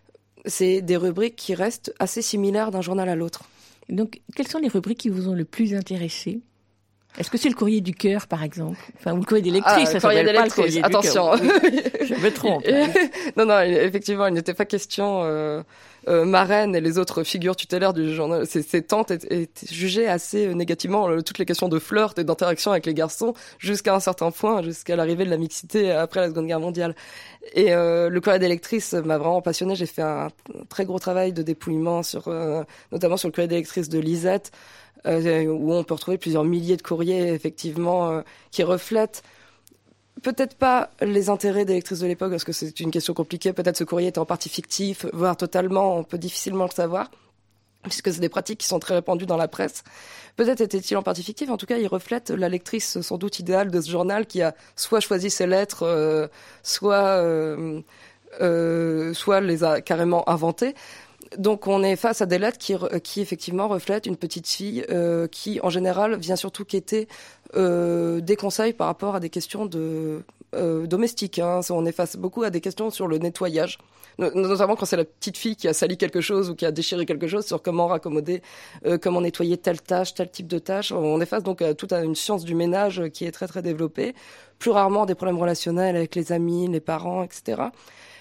c'est des rubriques qui restent assez similaires d'un journal à l'autre. Donc, quelles sont les rubriques qui vous ont le plus intéressé ? Est-ce que c'est le courrier du cœur, par exemple ? Enfin, ou le courrier des lectrices, ah, ça courrier s'appelle des pas lectrices. le courrier Attention. du cœur. Oui, je me trompe. non, non, effectivement, il n'était pas question... Euh... Euh, Marraine et les autres figures tutélaires du journal, ces, ces tantes étaient jugées assez euh, négativement. Euh, toutes les questions de flirt et d'interaction avec les garçons jusqu'à un certain point, jusqu'à l'arrivée de la mixité après la Seconde Guerre mondiale. Et euh, le courrier des lectrices m'a vraiment passionnée. J'ai fait un, un très gros travail de dépouillement sur, euh, notamment sur le courrier des lectrices de Lisette, euh, où on peut retrouver plusieurs milliers de courriers effectivement euh, qui reflètent peut-être pas les intérêts des lectrices de l'époque, parce que c'est une question compliquée. Peut-être ce courrier était en partie fictif, voire totalement, on peut difficilement le savoir, puisque c'est des pratiques qui sont très répandues dans la presse. Peut-être était-il en partie fictif, en tout cas, il reflète la lectrice sans doute idéale de ce journal qui a soit choisi ses lettres, euh, soit, euh, euh, soit les a carrément inventées. Donc on est face à des lettres qui, qui effectivement reflètent une petite fille euh, qui en général vient surtout quêter euh, des conseils par rapport à des questions de euh, domestiques. Hein. On est face beaucoup à des questions sur le nettoyage, notamment quand c'est la petite fille qui a sali quelque chose ou qui a déchiré quelque chose, sur comment raccommoder, euh, comment nettoyer telle tâche, tel type de tâche. On est face donc à toute une science du ménage qui est très très développée. Plus rarement des problèmes relationnels avec les amis, les parents, et cetera.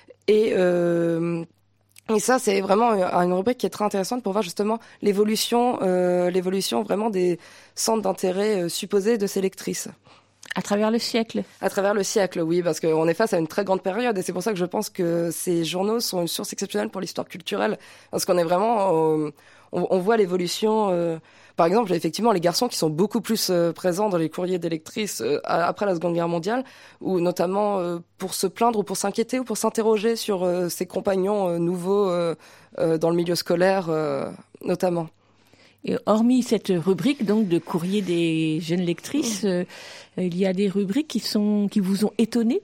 Et euh, Et ça, c'est vraiment une rubrique qui est très intéressante pour voir justement l'évolution, euh, l'évolution vraiment des centres d'intérêt euh, supposés de ces lectrices. À travers le siècle. À travers le siècle, oui, parce qu'on est face à une très grande période, et c'est pour ça que je pense que ces journaux sont une source exceptionnelle pour l'histoire culturelle, parce qu'on est vraiment, euh, on, on voit l'évolution. Euh, par exemple, effectivement, les garçons qui sont beaucoup plus euh, présents dans les courriers des lectrices euh, après la Seconde Guerre mondiale, ou notamment euh, pour se plaindre ou pour s'inquiéter ou pour s'interroger sur euh, ses compagnons euh, nouveaux euh, euh, dans le milieu scolaire, euh, notamment. Et hormis cette rubrique donc de courrier des jeunes lectrices, euh, il y a des rubriques qui sont qui vous ont étonné.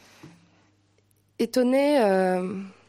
Étonné, euh...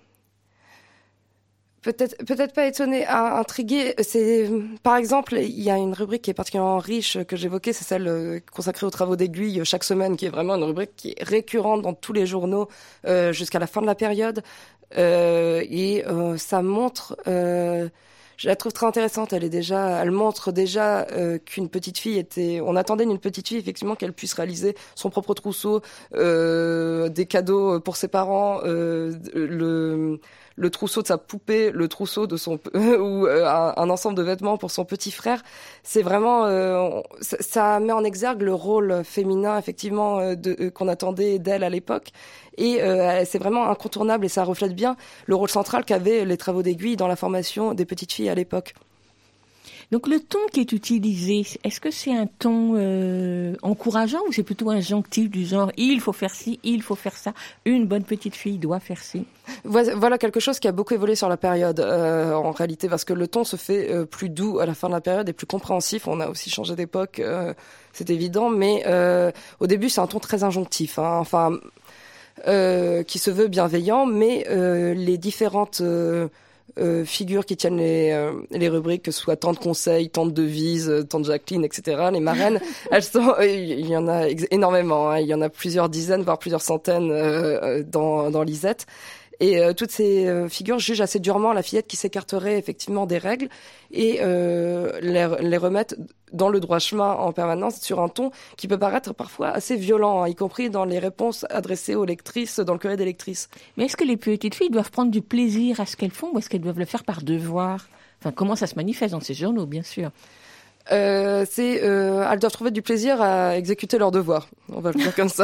peut-être peut-être pas étonné, intrigué. C'est par exemple, il y a une rubrique qui est particulièrement riche que j'évoquais, c'est celle consacrée aux travaux d'aiguille chaque semaine, qui est vraiment une rubrique qui est récurrente dans tous les journaux euh, jusqu'à la fin de la période, euh, et euh, ça montre. Euh, Je la trouve très intéressante. Elle est déjà, elle montre déjà euh, qu'une petite fille était. On attendait d'une petite fille effectivement qu'elle puisse réaliser son propre trousseau, euh, des cadeaux pour ses parents, euh, le le trousseau de sa poupée, le trousseau de son ou euh, un, un ensemble de vêtements pour son petit frère. C'est vraiment, euh, ça, ça met en exergue le rôle féminin effectivement euh, de, euh, qu'on attendait d'elle à l'époque. Et euh, c'est vraiment incontournable et ça reflète bien le rôle central qu'avaient les travaux d'aiguille dans la formation des petites filles à l'époque. Donc le ton qui est utilisé, est-ce que c'est un ton euh, encourageant ou c'est plutôt injonctif du genre il faut faire ci, il faut faire ça, une bonne petite fille doit faire ci? Voilà quelque chose qui a beaucoup évolué sur la période euh, en réalité, parce que le ton se fait euh, plus doux à la fin de la période et plus compréhensif. On a aussi changé d'époque, euh, c'est évident, mais euh, au début c'est un ton très injonctif, hein, enfin... Euh, qui se veut bienveillant, mais euh, les différentes euh, euh, figures qui tiennent les, euh, les rubriques, que ce soit tante Conseil, tante Devise, tante Jacqueline, et cetera. Les marraines, elles sont, il y en a ex- énormément, hein, il y en a plusieurs dizaines, voire plusieurs centaines euh, dans, dans Lisette. Et euh, toutes ces euh, figures jugent assez durement la fillette qui s'écarterait effectivement des règles et euh, les, les remettent dans le droit chemin en permanence sur un ton qui peut paraître parfois assez violent, hein, y compris dans les réponses adressées aux lectrices dans le courrier des lectrices. Mais est-ce que les petites filles doivent prendre du plaisir à ce qu'elles font ou est-ce qu'elles doivent le faire par devoir ? Enfin, comment ça se manifeste dans ces journaux, bien sûr. Euh, c'est, euh, elles doivent trouver du plaisir à exécuter leurs devoirs. On va le dire comme ça.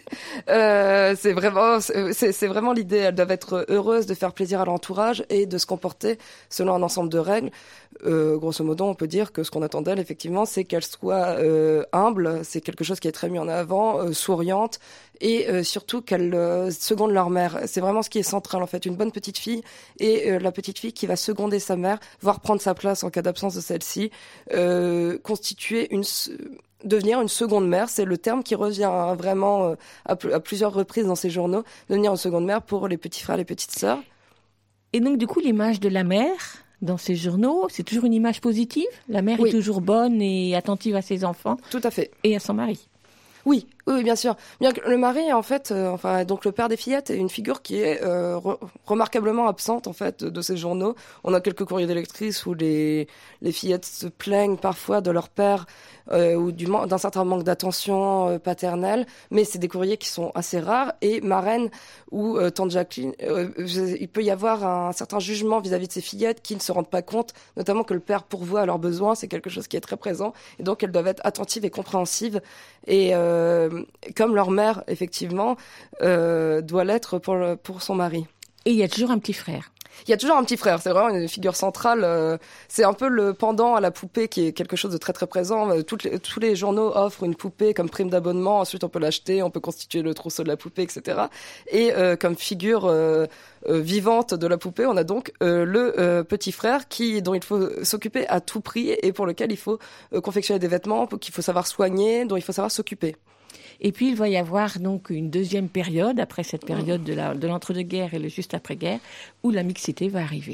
euh, c'est vraiment, c'est, c'est vraiment l'idée. Elles doivent être heureuses de faire plaisir à l'entourage et de se comporter selon un ensemble de règles. Euh, grosso modo, on peut dire que ce qu'on attend d'elles, effectivement, c'est qu'elles soient euh, humbles. C'est quelque chose qui est très mis en avant, euh, souriantes. Et euh, surtout qu'elles euh, secondent leur mère. C'est vraiment ce qui est central en fait, une bonne petite fille et euh, la petite fille qui va seconder sa mère, voire prendre sa place en cas d'absence de celle-ci, euh, constituer une, devenir une seconde mère, c'est le terme qui revient hein, vraiment euh, à, à plusieurs reprises dans ces journaux, devenir une seconde mère pour les petits frères et les petites sœurs. Et donc du coup l'image de la mère dans ces journaux, c'est toujours une image positive ? La mère oui. est toujours bonne et attentive à ses enfants ? Tout à fait. Et à son mari ? Oui, oui, bien sûr. Bien que le mari, en fait, euh, enfin, donc le père des fillettes est une figure qui est euh, re- remarquablement absente en fait de, de ces journaux. On a quelques courriers des lectrices où les les fillettes se plaignent parfois de leur père euh, ou du man- d'un certain manque d'attention euh, paternelle, mais c'est des courriers qui sont assez rares. Et marraine ou euh, tante Jacqueline, euh, il peut y avoir un certain jugement vis-à-vis de ces fillettes qui ne se rendent pas compte, notamment que le père pourvoit à leurs besoins. C'est quelque chose qui est très présent, et donc elles doivent être attentives et compréhensives et euh, comme leur mère, effectivement, euh, doit l'être pour, le, pour son mari. Et il y a toujours un petit frère. Il y a toujours un petit frère, c'est vraiment une figure centrale. Euh, c'est un peu le pendant à la poupée qui est quelque chose de très très présent. Euh, toutes les, tous les journaux offrent une poupée comme prime d'abonnement. Ensuite, on peut l'acheter, on peut constituer le trousseau de la poupée, et cetera. Et euh, comme figure euh, euh, vivante de la poupée, on a donc euh, le euh, petit frère qui dont il faut s'occuper à tout prix et pour lequel il faut euh, confectionner des vêtements, qu'il faut savoir soigner, dont il faut savoir s'occuper. Et puis, il va y avoir donc une deuxième période, après cette période de, la, de l'entre-deux-guerres et le juste après-guerre, où la mixité va arriver.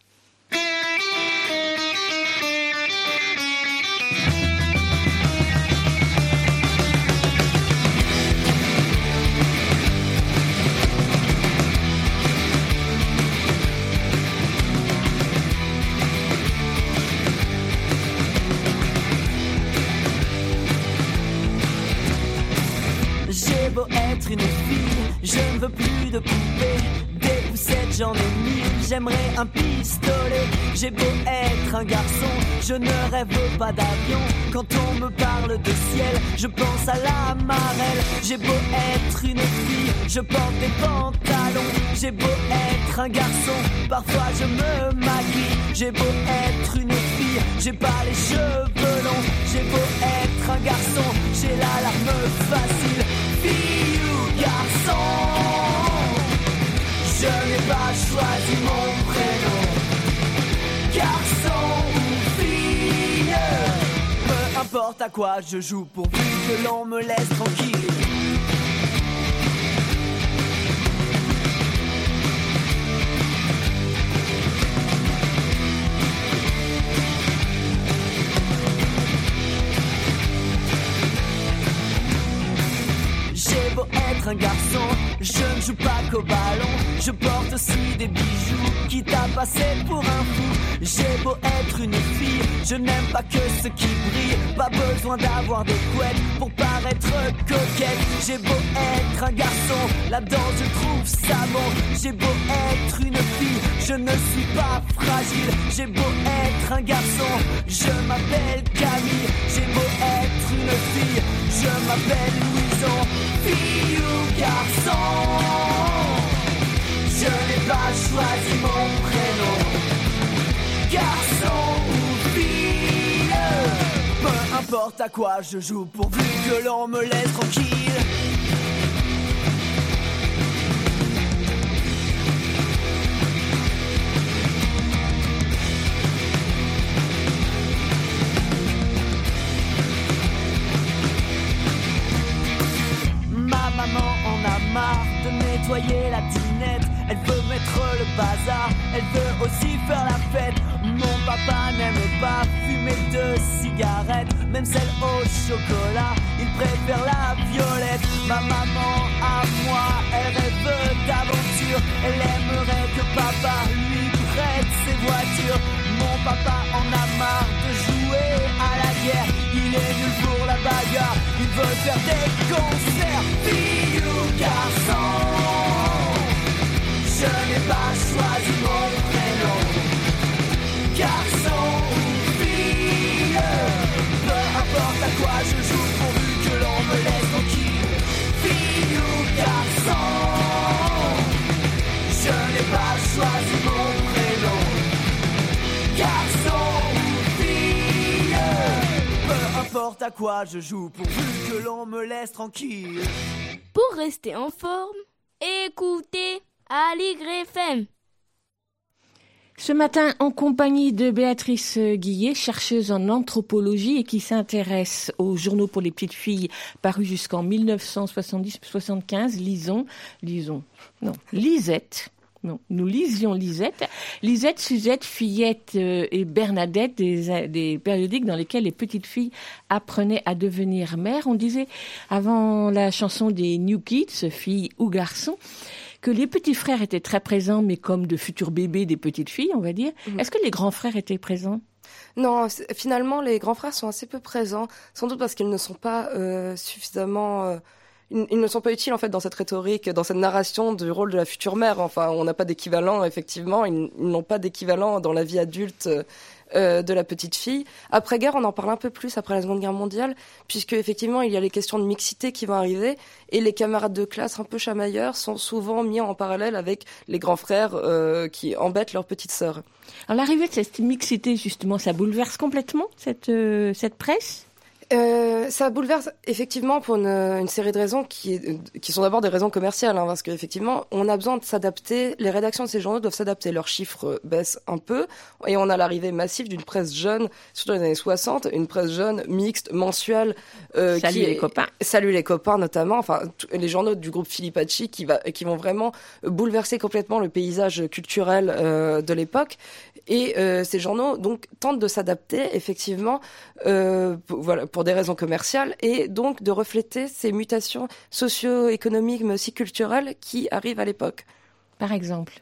J'ai beau être une fille, je ne veux plus de poupées. Des poussettes, j'en ai mille, j'aimerais un pistolet. J'ai beau être un garçon, je ne rêve pas d'avion. Quand on me parle de ciel, je pense à la marelle. J'ai beau être une fille, je porte des pantalons. J'ai beau être un garçon, parfois je me maquille. J'ai beau être une fille, j'ai pas les cheveux longs. J'ai beau être un garçon, j'ai la larme facile. Fille ou garçon, je n'ai pas choisi mon prénom. Garçon ou fille, peu importe à quoi je joue pourvu que l'on me laisse tranquille. J'ai beau être un garçon, je ne joue pas qu'au ballon. Je porte aussi des bijoux, quitte à passer pour un fou. J'ai beau être une fille, je n'aime pas que ce qui brille. Pas besoin d'avoir des couettes pour paraître coquette. J'ai beau être un garçon, là-dedans je trouve ça bon. J'ai beau être une fille, je ne suis pas fragile. J'ai beau être un garçon, je m'appelle Camille. J'ai beau être une fille, je m'appelle Louison. Fille ou garçon, je n'ai pas choisi mon prénom. Garçon ou fille, peu importe à quoi je joue pourvu que l'on me laisse tranquille. Ma maman en a marre de nettoyer la dinette. elle veut mettre le bazar, elle veut aussi faire la fête. Mon papa n'aime pas fumer de cigarettes, même celle au chocolat, il préfère la violette. Ma maman à moi, elle rêve d'aventure, elle aimerait que papa lui prête ses voitures. Mon papa en a marre de jouer à la guerre, il est nul pour la bagarre, il veut faire des concerts. Fille ou garçon, je n'ai pas choisi mon prénom. Garçon ou fille, peu importe à quoi je joue pourvu que l'on me laisse tranquille. Fille ou garçon, je n'ai pas choisi mon prénom. Garçon ou fille, peu importe à quoi je joue pourvu que l'on me laisse tranquille. Pour rester en forme, écoutez Aligre F M. Ce matin, en compagnie de Béatrice Guillet, chercheuse en anthropologie et qui s'intéresse aux journaux pour les petites filles parus jusqu'en dix-neuf cent soixante-dix soixante-quinze, lisons, lisons, non, Lisette. Non, nous lisions Lisette. Lisette, Suzette, Fillette euh, et Bernadette, des, des périodiques dans lesquels les petites filles apprenaient à devenir mères. On disait, avant la chanson des New Kids, filles ou garçons, que les petits frères étaient très présents, mais comme de futurs bébés des petites filles, on va dire. Mmh. Est-ce que les grands frères étaient présents ? Non, finalement, les grands frères sont assez peu présents, sans doute parce qu'ils ne sont pas euh, suffisamment... Euh, ils, ils ne sont pas utiles, en fait, dans cette rhétorique, dans cette narration du rôle de la future mère. Enfin, on n'a pas d'équivalent, effectivement. Ils, ils n'ont pas d'équivalent dans la vie adulte euh, de la petite fille. Après-guerre, on en parle un peu plus, après la Seconde Guerre mondiale, puisque, effectivement, il y a les questions de mixité qui vont arriver, et les camarades de classe un peu chamailleurs sont souvent mis en parallèle avec les grands frères euh, qui embêtent leurs petites sœurs. Alors, l'arrivée de cette mixité, justement, ça bouleverse complètement cette, euh, cette presse ? Euh, ça bouleverse effectivement pour une, une série de raisons qui, qui sont d'abord des raisons commerciales, hein, parce qu'effectivement, on a besoin de s'adapter. Les rédactions de ces journaux doivent s'adapter. Leurs chiffres baissent un peu, et on a l'arrivée massive d'une presse jeune, surtout dans les années soixante, une presse jeune, mixte, mensuelle. Euh, Salut qui les est, copains. Salut les copains, notamment. Enfin, les journaux du groupe Filipacci qui, va, qui vont vraiment bouleverser complètement le paysage culturel euh, de l'époque. Et euh, ces journaux donc tentent de s'adapter effectivement, euh, pour, voilà, pour des raisons commerciales, et donc de refléter ces mutations socio-économiques mais aussi culturelles qui arrivent à l'époque. Par exemple,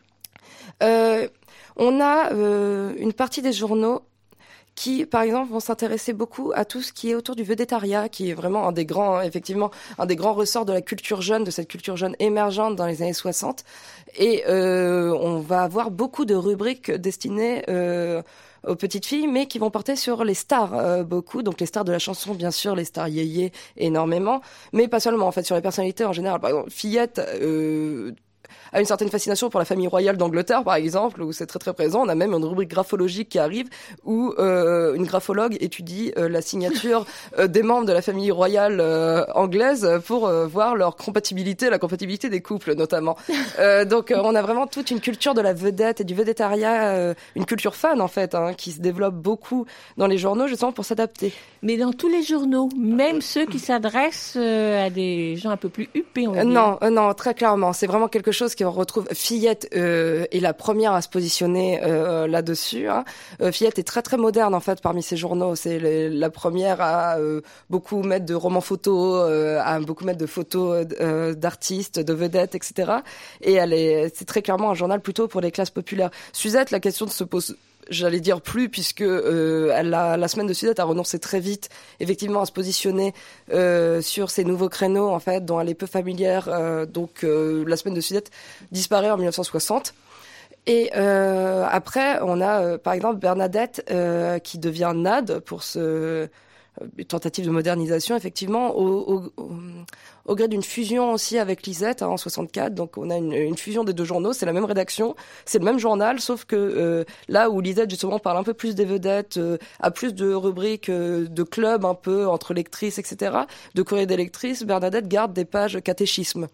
euh, on a euh, une partie des journaux qui, par exemple, vont s'intéresser beaucoup à tout ce qui est autour du védétariat, qui est vraiment un des grands, effectivement, un des grands ressorts de la culture jeune, de cette culture jeune émergente dans les années soixante. Et euh, on va avoir beaucoup de rubriques destinées euh, aux petites filles, mais qui vont porter sur les stars euh, beaucoup. Donc les stars de la chanson, bien sûr, les stars yéyé énormément, mais pas seulement, en fait, sur les personnalités en général. Par exemple, Fillette... Euh, a une certaine fascination pour la famille royale d'Angleterre, par exemple, où c'est très très présent. On a même une rubrique graphologique qui arrive, où euh, une graphologue étudie euh, la signature euh, des membres de la famille royale euh, anglaise pour euh, voir leur compatibilité, la compatibilité des couples notamment. Euh, donc euh, on a vraiment toute une culture de la vedette et du védétariat, euh, une culture fan en fait, hein, qui se développe beaucoup dans les journaux justement pour s'adapter. Mais dans tous les journaux, même ceux qui s'adressent euh, à des gens un peu plus huppés, on va euh, dire. Non, euh, non, très clairement, c'est vraiment quelque chose qui on retrouve. Fillette euh, est la première à se positionner euh, là-dessus. Hein. Euh, Fillette est très très moderne en fait parmi ces journaux. C'est les, la première à euh, beaucoup mettre de romans photos, euh, à beaucoup mettre de photos euh, d'artistes, de vedettes, et cetera. Et elle est, c'est très clairement un journal plutôt pour les classes populaires. Suzette, la question ne se pose, j'allais dire plus, puisque euh, elle a, la semaine de Suzette a renoncé très vite, effectivement, à se positionner euh, sur ces nouveaux créneaux, en fait, dont elle est peu familière. Euh, donc, euh, la semaine de Suzette disparaît en dix-neuf cent soixante. Et euh, après, on a, euh, par exemple, Bernadette euh, qui devient N A D pour ce... tentative de modernisation, effectivement, au, au, au, au gré d'une fusion aussi avec Lisette hein, en soixante-quatre. Donc on a une, une fusion des deux journaux, c'est la même rédaction, c'est le même journal, sauf que euh, là où Lisette justement parle un peu plus des vedettes, euh, a plus de rubriques euh, de clubs un peu entre lectrices, et cetera, de courrier des lectrices, Bernadette garde des pages catéchisme.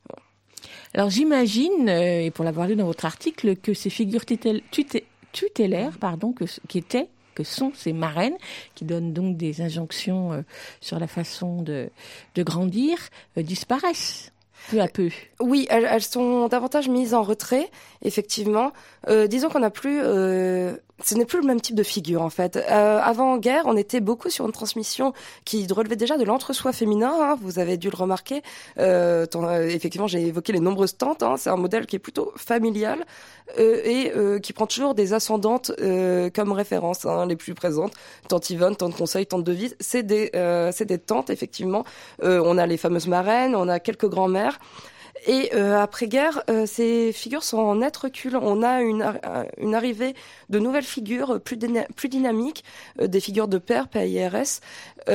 Alors j'imagine, euh, et pour l'avoir lu dans votre article, que ces figures tutél- tuté- tutélaires, pardon, que, qui étaient que sont ces marraines, qui donnent donc des injonctions euh, sur la façon de, de grandir, euh, disparaissent. peu à peu. Oui, elles, elles sont davantage mises en retrait, effectivement. Euh, disons qu'on n'a plus... Euh, ce n'est plus le même type de figure, en fait. Euh, avant-guerre, on était beaucoup sur une transmission qui relevait déjà de l'entre-soi féminin, hein, vous avez dû le remarquer. Euh, tant, euh, effectivement, j'ai évoqué les nombreuses tantes, hein, c'est un modèle qui est plutôt familial euh, et euh, qui prend toujours des ascendantes euh, comme référence, hein, les plus présentes. Tante Yvonne, tante Conseil, tante Devise, c'est des, euh, c'est des tantes, effectivement. Euh, on a les fameuses marraines, on a quelques grands-mères. Et euh, après-guerre, euh, ces figures sont en net recul. On a une, euh, une arrivée de nouvelles figures plus, dyna- plus dynamiques, euh, des figures de pères, P A I R S,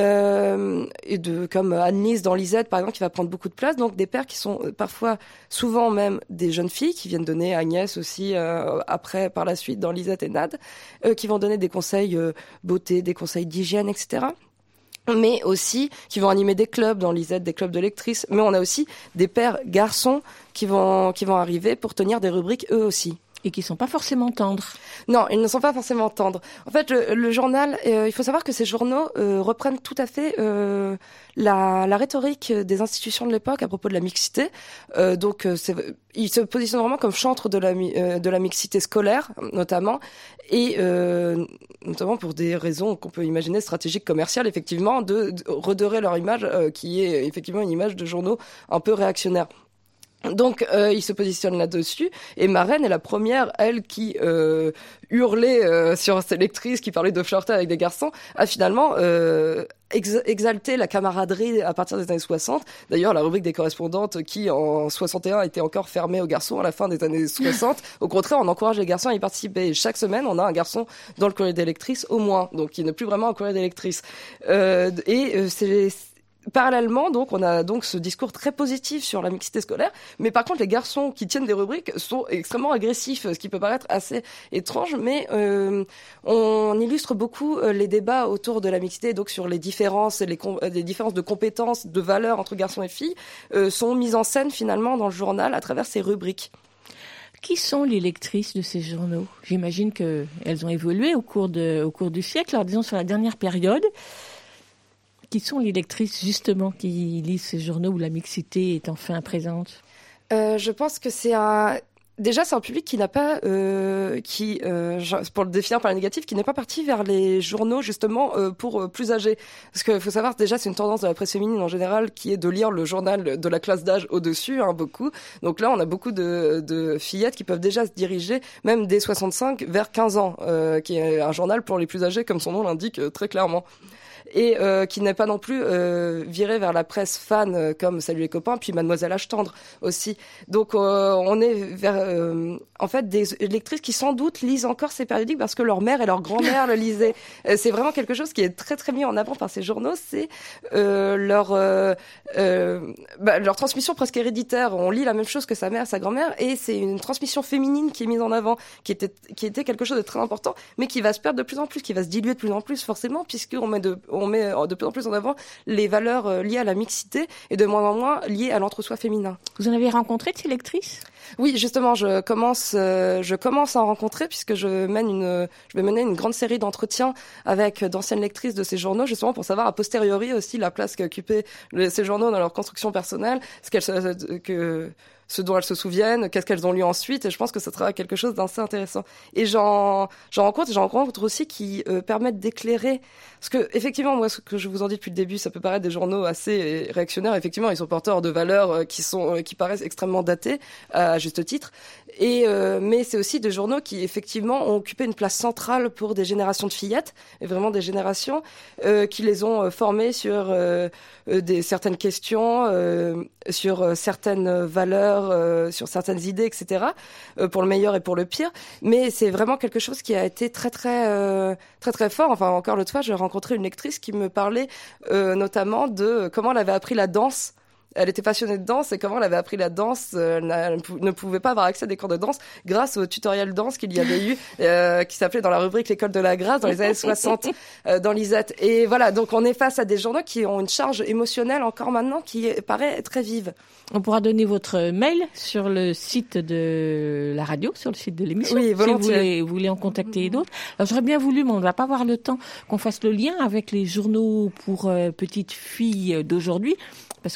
euh, et de, comme Annelise dans Lisette, par exemple, qui va prendre beaucoup de place. Donc des pères qui sont euh, parfois, souvent même, des jeunes filles, qui viennent donner Agnès aussi, euh, après, par la suite, dans Lisette et Nad, euh, qui vont donner des conseils euh, beauté, des conseils d'hygiène, et cetera, mais aussi qui vont animer des clubs dans Lisette, des clubs de lectrices. Mais on a aussi des pères garçons qui vont, qui vont arriver pour tenir des rubriques eux aussi. Et qui sont pas forcément tendres. Non, ils ne sont pas forcément tendres. En fait, le, le journal, euh, il faut savoir que ces journaux euh, reprennent tout à fait euh, la, la rhétorique des institutions de l'époque à propos de la mixité. Euh, donc, euh, c'est, ils se positionnent vraiment comme chantres de la, euh, de la mixité scolaire, notamment, et euh, notamment pour des raisons qu'on peut imaginer stratégiques, commerciales, effectivement, de, de redorer leur image, euh, qui est effectivement une image de journaux un peu réactionnaires. Donc, euh, il se positionne là-dessus. Et Marraine est la première, elle, qui euh, hurlait euh, sur ses lectrices, qui parlait de flirter avec des garçons, a finalement euh, ex- exalté la camaraderie à partir des années soixante. D'ailleurs, la rubrique des correspondantes, qui en soixante et un était encore fermée aux garçons à la fin des années soixante, au contraire, on encourage les garçons à y participer. Et chaque semaine, on a un garçon dans le courrier des lectrices, au moins. Donc, il n'est plus vraiment un courrier des lectrices. Euh, et euh, c'est... Parallèlement, donc, on a donc ce discours très positif sur la mixité scolaire, mais par contre, les garçons qui tiennent des rubriques sont extrêmement agressifs, ce qui peut paraître assez étrange, mais euh, on illustre beaucoup euh, les débats autour de la mixité, donc sur les différences, les, com- les différences de compétences, de valeurs entre garçons et filles, euh, sont mises en scène finalement dans le journal à travers ces rubriques. Qui sont les lectrices de ces journaux ? J'imagine qu'elles ont évolué au cours, de, au cours du siècle, alors disons sur la dernière période. Qui sont les lectrices, justement, qui lisent ces journaux où la mixité est enfin présente ? euh, Je pense que c'est un... Déjà, c'est un public qui n'a pas, euh, qui, euh, pour le définir par le négatif, qui n'est pas parti vers les journaux justement euh, pour euh, plus âgés. Parce qu'il faut savoir, déjà, c'est une tendance de la presse féminine en général qui est de lire le journal de la classe d'âge au-dessus, hein, beaucoup. Donc là, on a beaucoup de, de fillettes qui peuvent déjà se diriger, même dès soixante-cinq, vers quinze ans, euh, qui est un journal pour les plus âgés, comme son nom l'indique euh, très clairement. Et euh, qui n'est pas non plus euh, viré vers la presse fan euh, comme Salut les copains, puis Mademoiselle Âge tendre aussi. Donc euh, on est vers euh, en fait des lectrices qui sans doute lisent encore ces périodiques parce que leur mère et leur grand-mère le lisaient. Euh, c'est vraiment quelque chose qui est très très mis en avant par ces journaux, c'est euh, leur euh, euh, bah, leur transmission presque héréditaire. On lit la même chose que sa mère, sa grand-mère, et c'est une transmission féminine qui est mise en avant, qui était qui était quelque chose de très important, mais qui va se perdre de plus en plus, qui va se diluer de plus en plus forcément, puisqu'on met de on met de plus en plus en avant les valeurs liées à la mixité et de moins en moins liées à l'entre-soi féminin. Vous en avez rencontré de ces lectrices ? Oui, justement, je commence, euh, je commence à en rencontrer puisque je mène une, je vais mener une grande série d'entretiens avec d'anciennes lectrices de ces journaux, justement pour savoir a posteriori aussi la place qu'occupaient les, ces journaux dans leur construction personnelle, ce qu'elles, que, ce dont elles se souviennent, qu'est-ce qu'elles ont lu ensuite, et je pense que ça sera quelque chose d'assez intéressant. Et j'en, j'en rencontre, j'en rencontre aussi qui euh, permettent d'éclairer, parce que effectivement, moi, ce que je vous en dis depuis le début, ça peut paraître des journaux assez réactionnaires. Effectivement, ils sont porteurs de valeurs euh, qui sont, euh, qui paraissent extrêmement datées, euh, à juste titre. Et euh, mais c'est aussi des journaux qui effectivement ont occupé une place centrale pour des générations de fillettes, et vraiment des générations euh, qui les ont euh, formées sur euh, euh, des certaines questions, euh, sur euh, certaines valeurs. Euh, sur certaines idées, et cetera, euh, pour le meilleur et pour le pire. Mais c'est vraiment quelque chose qui a été très, très, euh, très, très fort. Enfin, encore l'autre fois, j'ai rencontré une lectrice qui me parlait euh, notamment de comment elle avait appris la danse. Elle était passionnée de danse et comment elle avait appris la danse, euh, elle ne pouvait pas avoir accès à des cours de danse grâce au tutoriel danse qu'il y avait eu, euh, qui s'appelait dans la rubrique l'école de la grâce dans les années soixante euh, dans Lisette. Et voilà, donc on est face à des journaux qui ont une charge émotionnelle encore maintenant qui paraît très vive. On pourra donner votre mail sur le site de la radio, sur le site de l'émission, oui, si vous voulez, vous voulez en contacter d'autres. Alors j'aurais bien voulu, mais on ne va pas avoir le temps, qu'on fasse le lien avec les journaux pour euh, petites filles d'aujourd'hui. Parce que si tous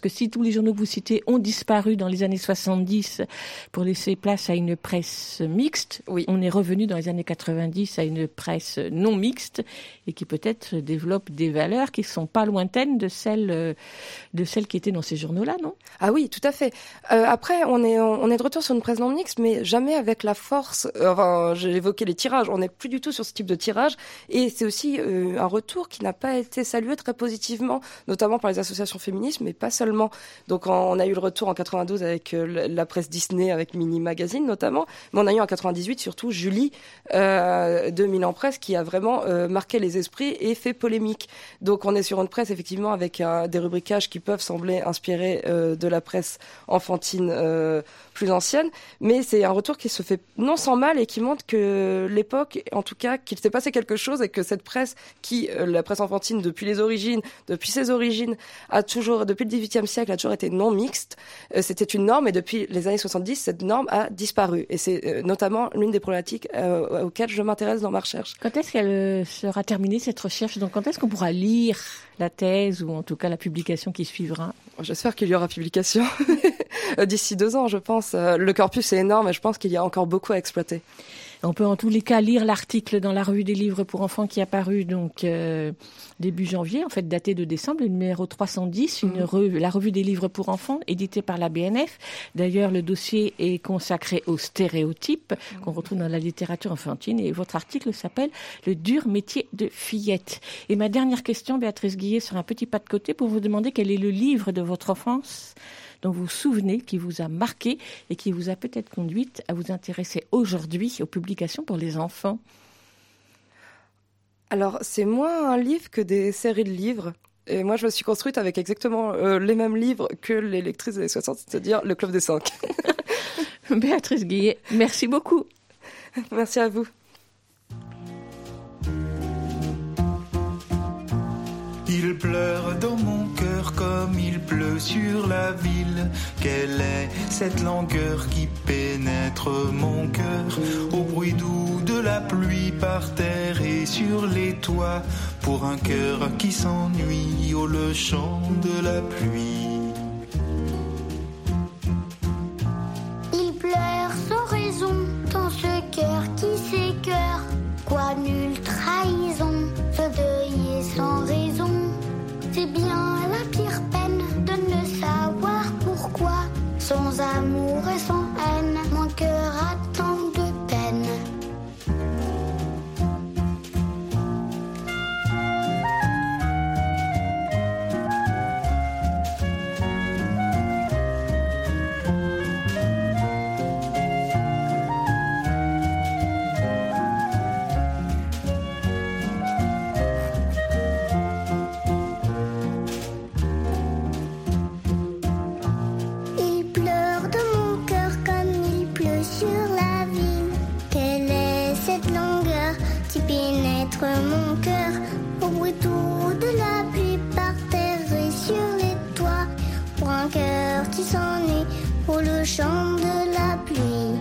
tous les journaux que vous citez ont disparu dans les années soixante-dix pour laisser place à une presse mixte. Oui. On est revenu dans les années quatre-vingt-dix à une presse non mixte et qui peut-être développe des valeurs qui ne sont pas lointaines de celles, de celles qui étaient dans ces journaux-là, non ? Ah oui, tout à fait. Euh, après, on est, on est de retour sur une presse non mixte, mais jamais avec la force. Euh, enfin, j'ai évoqué les tirages. On n'est plus du tout sur ce type de tirage. Et c'est aussi euh, un retour qui n'a pas été salué très positivement, notamment par les associations féministes, mais pas seulement. Donc, on a eu le retour en quatre-vingt-douze avec euh, la presse Disney, avec Mini Magazine notamment. Mais on a eu en quatre-vingt-dix-huit surtout Julie euh, de Milan Presse qui a vraiment euh, marqué les esprits et fait polémique. Donc, on est sur une presse effectivement avec euh, des rubriquages qui peuvent sembler inspirés euh, de la presse enfantine euh, plus ancienne, mais c'est un retour qui se fait non sans mal et qui montre que l'époque, en tout cas, qu'il s'est passé quelque chose et que cette presse qui, euh, la presse enfantine depuis les origines, depuis ses origines, a toujours, depuis le dix-huitième siècle, a toujours été non mixte. Euh, c'était une norme et depuis les années soixante-dix, cette norme a disparu et c'est euh, notamment l'une des problématiques euh, auxquelles je m'intéresse dans ma recherche. Quand est-ce qu'elle sera terminée cette recherche ? Donc quand est-ce qu'on pourra lire la thèse ou en tout cas la publication qui suivra ? J'espère qu'il y aura publication d'ici deux ans, je pense. Le corpus est énorme et je pense qu'il y a encore beaucoup à exploiter. On peut en tous les cas lire l'article dans la revue des livres pour enfants qui est apparu donc euh, début janvier, en fait daté de décembre, le numéro trois cent dix, une revue, la revue des livres pour enfants éditée par la B N F. D'ailleurs, le dossier est consacré aux stéréotypes qu'on retrouve dans la littérature enfantine et votre article s'appelle « Le dur métier de fillette ». Et ma dernière question, Béatrice Guillet, sur un petit pas de côté pour vous demander quel est le livre de votre enfance dont vous vous souvenez, qui vous a marqué et qui vous a peut-être conduite à vous intéresser aujourd'hui aux publications pour les enfants. Alors, c'est moins un livre que des séries de livres. Et moi, je me suis construite avec exactement euh, les mêmes livres que les lectrices des années soixante, c'est-à-dire Le Club des Cinq. Béatrice Guillet, merci beaucoup. Merci à vous. Il pleure dans mon cœur comme il pleut sur la ville. Quelle est cette langueur qui pénètre mon cœur? Au bruit doux de la pluie par terre et sur les toits. Pour un cœur qui s'ennuie, oh le chant de la pluie. Il pleure sans raison dans ce cœur qui s'écœure. Quoi, nulle trahison, ce deuil est sans raison. C'est bien la pire peine de ne savoir pourquoi. Sans amour et sans haine, mon cœur a tant de peine. Mon cœur au bruit tout de la pluie par terre et sur les toits. Pour un cœur qui s'ennuie pour le chant de la pluie.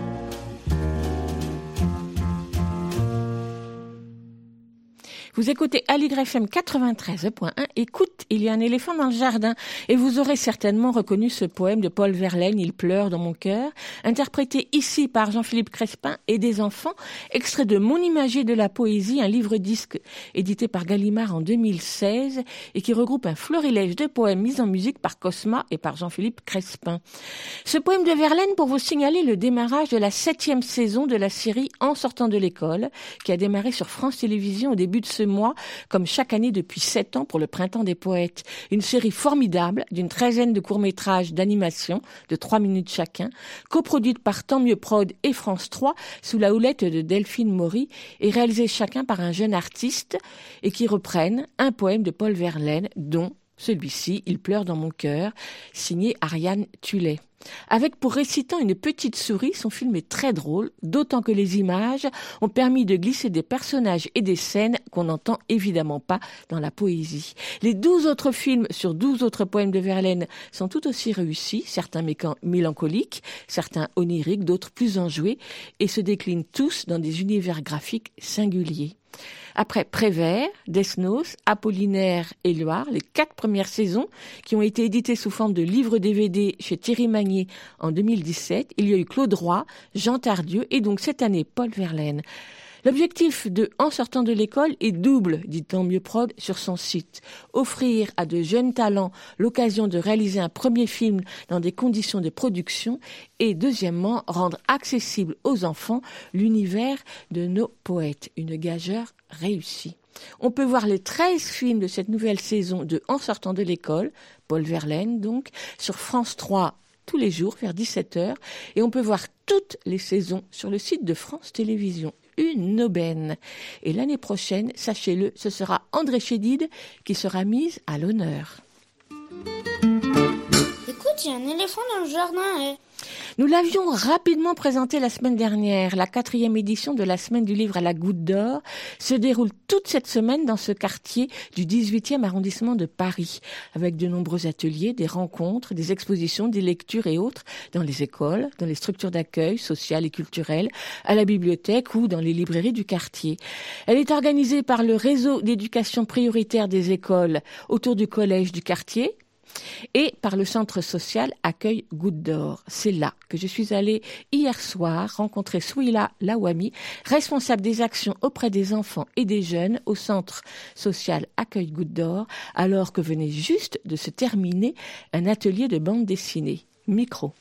Vous écoutez Aligre F M quatre-vingt-treize point un. Écoute, il y a un éléphant dans le jardin. Et vous aurez certainement reconnu ce poème de Paul Verlaine, Il pleure dans mon cœur, interprété ici par Jean-Philippe Crespin et des enfants, extrait de Mon imagier de la poésie, un livre-disque édité par Gallimard en deux mille seize et qui regroupe un florilège de poèmes mis en musique par Cosma et par Jean-Philippe Crespin. Ce poème de Verlaine pour vous signaler le démarrage de la septième saison de la série En sortant de l'école, qui a démarré sur France Télévisions au début de ce mois, comme chaque année depuis sept ans pour le Printemps des Poètes. Une série formidable d'une treizaine de courts-métrages d'animation de trois minutes chacun, coproduite par Tant Mieux Prod et France trois sous la houlette de Delphine Maury et réalisée chacun par un jeune artiste et qui reprennent un poème de Paul Verlaine dont celui-ci, Il pleure dans mon cœur, signé Ariane Tullet. Avec pour récitant une petite souris, son film est très drôle, d'autant que les images ont permis de glisser des personnages et des scènes qu'on n'entend évidemment pas dans la poésie. Les douze autres films sur douze autres poèmes de Verlaine sont tout aussi réussis, certains mécan- mélancoliques, certains oniriques, d'autres plus enjoués, et se déclinent tous dans des univers graphiques singuliers. Après Prévert, Desnos, Apollinaire et Loire, les quatre premières saisons qui ont été éditées sous forme de livres D V D chez Thierry Magnier en deux mille dix-sept, il y a eu Claude Roy, Jean Tardieu et donc cette année Paul Verlaine. L'objectif de En sortant de l'école est double, dit Tant Mieux Prod sur son site. Offrir à de jeunes talents l'occasion de réaliser un premier film dans des conditions de production et deuxièmement, rendre accessible aux enfants l'univers de nos poètes. Une gageure réussie. On peut voir les treize films de cette nouvelle saison de En sortant de l'école, Paul Verlaine donc, sur France trois tous les jours vers dix-sept heures et on peut voir toutes les saisons sur le site de France Télévisions. Une aubaine. Et l'année prochaine, sachez-le, ce sera André Chédid qui sera mise à l'honneur. Écoute, il y a un éléphant dans le jardin. Et... Nous l'avions rapidement présenté la semaine dernière. La quatrième édition de la semaine du livre à la Goutte d'Or se déroule toute cette semaine dans ce quartier du dix-huitième arrondissement de Paris, avec de nombreux ateliers, des rencontres, des expositions, des lectures et autres dans les écoles, dans les structures d'accueil sociales et culturelles, à la bibliothèque ou dans les librairies du quartier. Elle est organisée par le réseau d'éducation prioritaire des écoles autour du collège du quartier, et par le centre social Accueil Goutte d'Or. C'est là que je suis allée hier soir rencontrer Souila Lawami, responsable des actions auprès des enfants et des jeunes au centre social Accueil Goutte d'Or, alors que venait juste de se terminer un atelier de bande dessinée. Micro.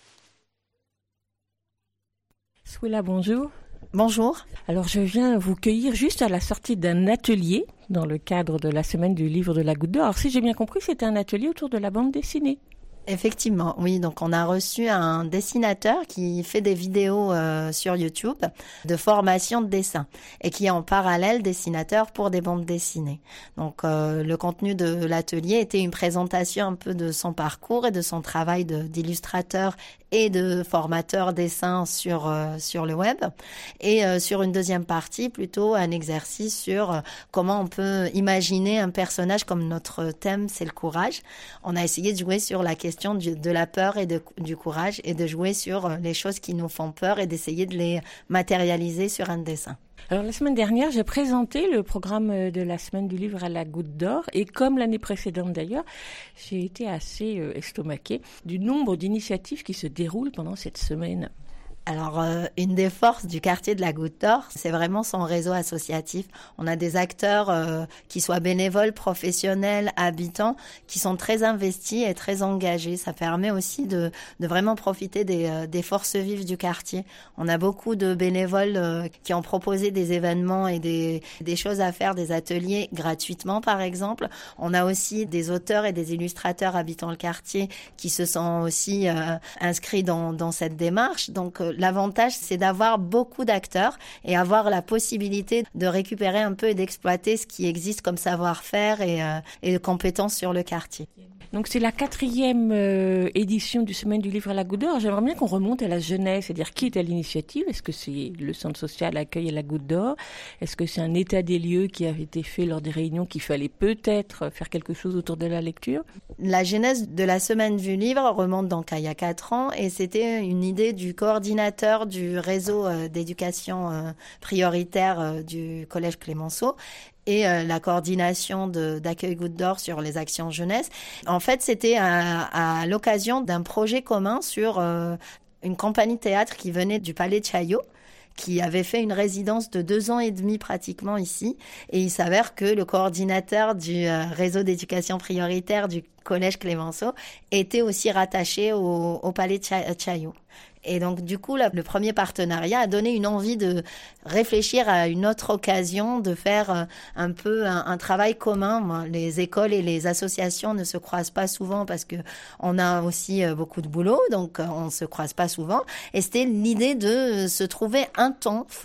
Souila, bonjour. Bonjour. Alors je viens vous cueillir juste à la sortie d'un atelier dans le cadre de la semaine du livre de la Goutte d'Or. Alors, si j'ai bien compris, c'était un atelier autour de la bande dessinée. Effectivement, oui. Donc, on a reçu un dessinateur qui fait des vidéos euh, sur YouTube de formation de dessin et qui est en parallèle dessinateur pour des bandes dessinées. Donc, euh, le contenu de l'atelier était une présentation un peu de son parcours et de son travail de, d'illustrateur et de formateur dessin sur euh, sur le web. Et euh, sur une deuxième partie, plutôt un exercice sur euh, comment on peut imaginer un personnage, comme notre thème, c'est le courage. On a essayé de jouer sur la question Du, de la peur et de, du courage et de jouer sur les choses qui nous font peur et d'essayer de les matérialiser sur un dessin. Alors la semaine dernière, j'ai présenté le programme de la semaine du livre à la Goutte d'Or et comme l'année précédente d'ailleurs, j'ai été assez euh, estomaquée du nombre d'initiatives qui se déroulent pendant cette semaine. Alors, euh, une des forces du quartier de la Goutte d'Or, c'est vraiment son réseau associatif. On a des acteurs euh, qui soient bénévoles, professionnels, habitants, qui sont très investis et très engagés. Ça permet aussi de, de vraiment profiter des, euh, des forces vives du quartier. On a beaucoup de bénévoles euh, qui ont proposé des événements et des, des choses à faire, des ateliers gratuitement, par exemple. On a aussi des auteurs et des illustrateurs habitant le quartier qui se sont aussi euh, inscrits dans, dans cette démarche. Donc, euh, l'avantage, c'est d'avoir beaucoup d'acteurs et avoir la possibilité de récupérer un peu et d'exploiter ce qui existe comme savoir-faire et, euh, et de compétences sur le quartier. Donc c'est la quatrième euh, édition du Semaine du livre à la Goutte d'Or. J'aimerais bien qu'on remonte à la jeunesse, c'est-à-dire qui est à l'initiative. Est-ce que c'est le centre social Accueil à la Goutte d'Or? Est-ce que c'est un état des lieux qui avait été fait lors des réunions qu'il fallait peut-être faire quelque chose autour de la lecture? La genèse de la Semaine du livre remonte donc à il y a quatre ans et c'était une idée du coordinateur du réseau euh, d'éducation euh, prioritaire euh, du Collège Clémenceau et euh, la coordination de, d'Accueil Goutte d'Or sur les actions jeunesse. En fait, c'était à, à l'occasion d'un projet commun sur euh, une compagnie théâtre qui venait du Palais de Chaillot, qui avait fait une résidence de deux ans et demi pratiquement ici. Et il s'avère que le coordinateur du euh, réseau d'éducation prioritaire du Collège Clémenceau était aussi rattaché au, au Palais de Chaillot. Et donc, du coup, là, le premier partenariat a donné une envie de réfléchir à une autre occasion, de faire euh, un peu un, un travail commun. Moi, les écoles et les associations ne se croisent pas souvent parce que on a aussi euh, beaucoup de boulot, donc euh, on se croise pas souvent. Et c'était l'idée de se trouver un temps fort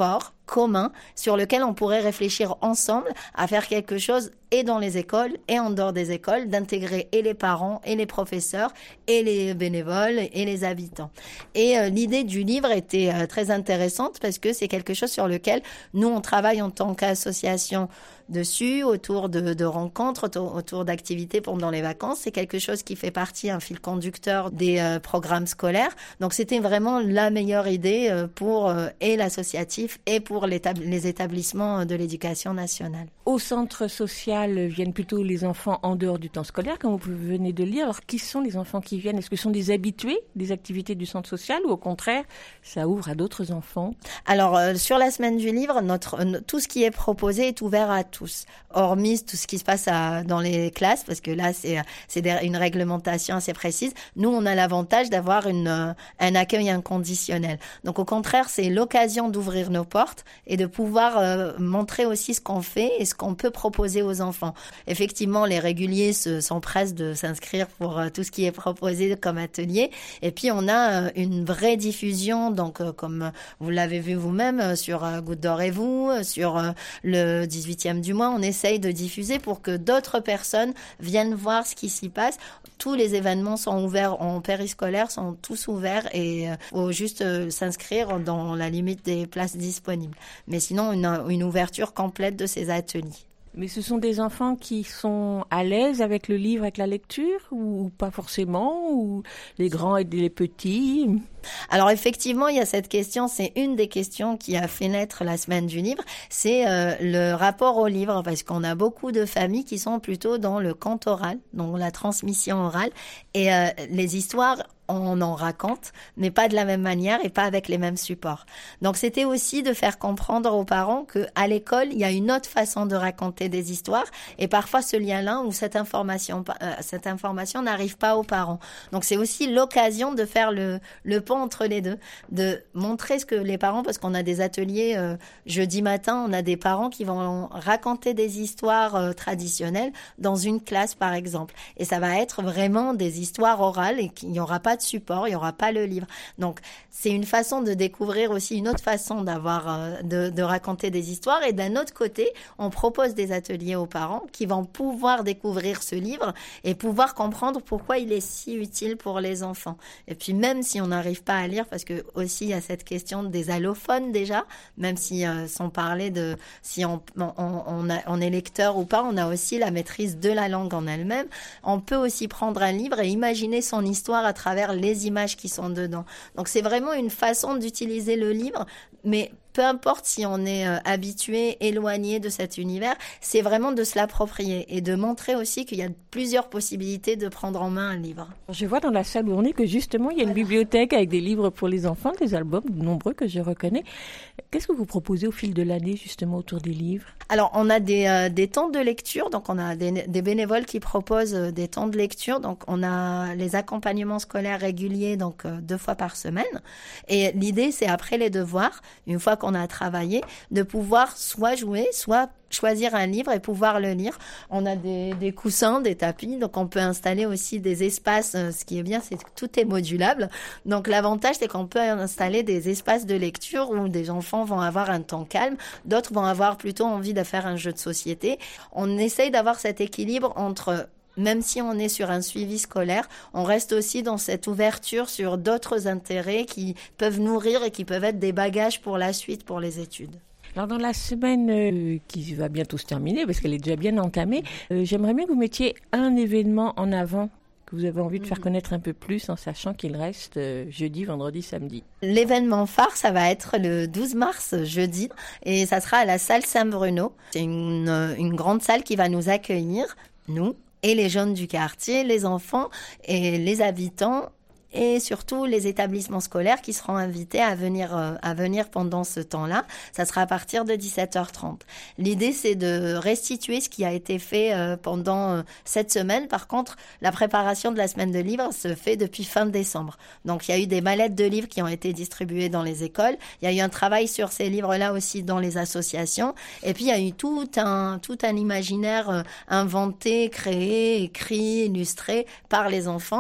commun sur lequel on pourrait réfléchir ensemble à faire quelque chose et dans les écoles et en dehors des écoles, d'intégrer et les parents et les professeurs et les bénévoles et les habitants. Et euh, l'idée du livre était euh, très intéressante parce que c'est quelque chose sur lequel nous on travaille en tant qu'association dessus, autour de, de rencontres, autour, autour d'activités pendant les vacances. C'est quelque chose qui fait partie, un fil conducteur des euh, programmes scolaires. Donc c'était vraiment la meilleure idée euh, pour euh, et l'associatif et pour l'étab- les établissements de l'éducation nationale. Au centre social viennent plutôt les enfants en dehors du temps scolaire, comme vous venez de le dire. Alors, qui sont les enfants qui viennent ? Est-ce que ce sont des habitués des activités du centre social ou au contraire, ça ouvre à d'autres enfants ? Alors, euh, sur la semaine du livre, notre, euh, tout ce qui est proposé est ouvert à tous, hormis tout ce qui se passe à, dans les classes, parce que là, c'est, c'est des, une réglementation assez précise. Nous, on a l'avantage d'avoir une, euh, un accueil inconditionnel. Donc, au contraire, c'est l'occasion d'ouvrir nos portes et de pouvoir euh, montrer aussi ce qu'on fait et ce qu'on peut proposer aux enfants. Effectivement, les réguliers se, s'empressent de s'inscrire pour euh, tout ce qui est proposé comme atelier. Et puis, on a euh, une vraie diffusion, donc euh, comme vous l'avez vu vous-même, euh, sur euh, Goutte d'Or et vous, euh, sur euh, le dix-huitième du mois, on essaye de diffuser pour que d'autres personnes viennent voir ce qui s'y passe. Tous les événements sont ouverts en périscolaire, sont tous ouverts et euh, faut juste euh, s'inscrire dans la limite des places disponibles. Mais sinon, une, une ouverture complète de ces ateliers. Mais ce sont des enfants qui sont à l'aise avec le livre, avec la lecture, ou pas forcément, ou les grands et les petits ? Alors effectivement, il y a cette question, c'est une des questions qui a fait naître la semaine du livre, c'est euh, le rapport au livre, parce qu'on a beaucoup de familles qui sont plutôt dans le conte oral, donc la transmission orale, et euh, les histoires, on en raconte, mais pas de la même manière et pas avec les mêmes supports. Donc c'était aussi de faire comprendre aux parents que à l'école, il y a une autre façon de raconter des histoires, et parfois ce lien-là ou cette information, euh, cette information n'arrive pas aux parents. Donc c'est aussi l'occasion de faire le, le pont entre les deux, de montrer ce que les parents, parce qu'on a des ateliers euh, jeudi matin, on a des parents qui vont raconter des histoires euh, traditionnelles dans une classe par exemple, et ça va être vraiment des histoires orales et qu'il n'y aura pas de support, il n'y aura pas le livre. Donc c'est une façon de découvrir aussi une autre façon d'avoir euh, de, de raconter des histoires, et d'un autre côté on propose des ateliers aux parents qui vont pouvoir découvrir ce livre et pouvoir comprendre pourquoi il est si utile pour les enfants. Et puis même si on n'arrive pas à lire, parce que aussi il y a cette question des allophones déjà, même si euh, sans parler de si on, on, on, a, on est lecteur ou pas, on a aussi la maîtrise de la langue en elle-même. On peut aussi prendre un livre et imaginer son histoire à travers les images qui sont dedans. Donc c'est vraiment une façon d'utiliser le livre, mais peu importe si on est euh, habitué, éloigné de cet univers, c'est vraiment de se l'approprier et de montrer aussi qu'il y a plusieurs possibilités de prendre en main un livre. Je vois dans la salle où on est que justement il y a une bibliothèque avec des livres pour les enfants, des albums nombreux que je reconnais. Qu'est-ce que vous proposez au fil de l'année justement autour des livres ? Alors on a des, euh, des temps de lecture, donc on a des, des bénévoles qui proposent euh, des temps de lecture, donc on a les accompagnements scolaires réguliers, donc euh, deux fois par semaine, et l'idée c'est après les devoirs, une fois qu'on a travaillé, de pouvoir soit jouer, soit choisir un livre et pouvoir le lire. On a des, des coussins, des tapis, donc on peut installer aussi des espaces. Ce qui est bien, c'est que tout est modulable. Donc l'avantage, c'est qu'on peut installer des espaces de lecture où des enfants vont avoir un temps calme, d'autres vont avoir plutôt envie de faire un jeu de société. On essaye d'avoir cet équilibre entre... Même si on est sur un suivi scolaire, on reste aussi dans cette ouverture sur d'autres intérêts qui peuvent nourrir et qui peuvent être des bagages pour la suite, pour les études. Alors dans la semaine euh, qui va bientôt se terminer, parce qu'elle est déjà bien entamée, euh, j'aimerais bien que vous mettiez un événement en avant que vous avez envie de faire connaître un peu plus, en sachant qu'il reste euh, jeudi, vendredi, samedi. L'événement phare, ça va être le douze mars, jeudi, et ça sera à la salle Saint-Bruno. C'est une, une grande salle qui va nous accueillir, nous, et les jeunes du quartier, les enfants et les habitants, et surtout les établissements scolaires qui seront invités à venir euh, à venir pendant ce temps-là. Ça sera à partir de dix-sept heures trente. L'idée, c'est de restituer ce qui a été fait euh, pendant euh, cette semaine. Par contre, la préparation de la semaine de livres se fait depuis fin décembre. Donc, il y a eu des mallettes de livres qui ont été distribuées dans les écoles. Il y a eu un travail sur ces livres-là aussi dans les associations. Et puis, il y a eu tout un tout un imaginaire euh, inventé, créé, écrit, illustré par les enfants,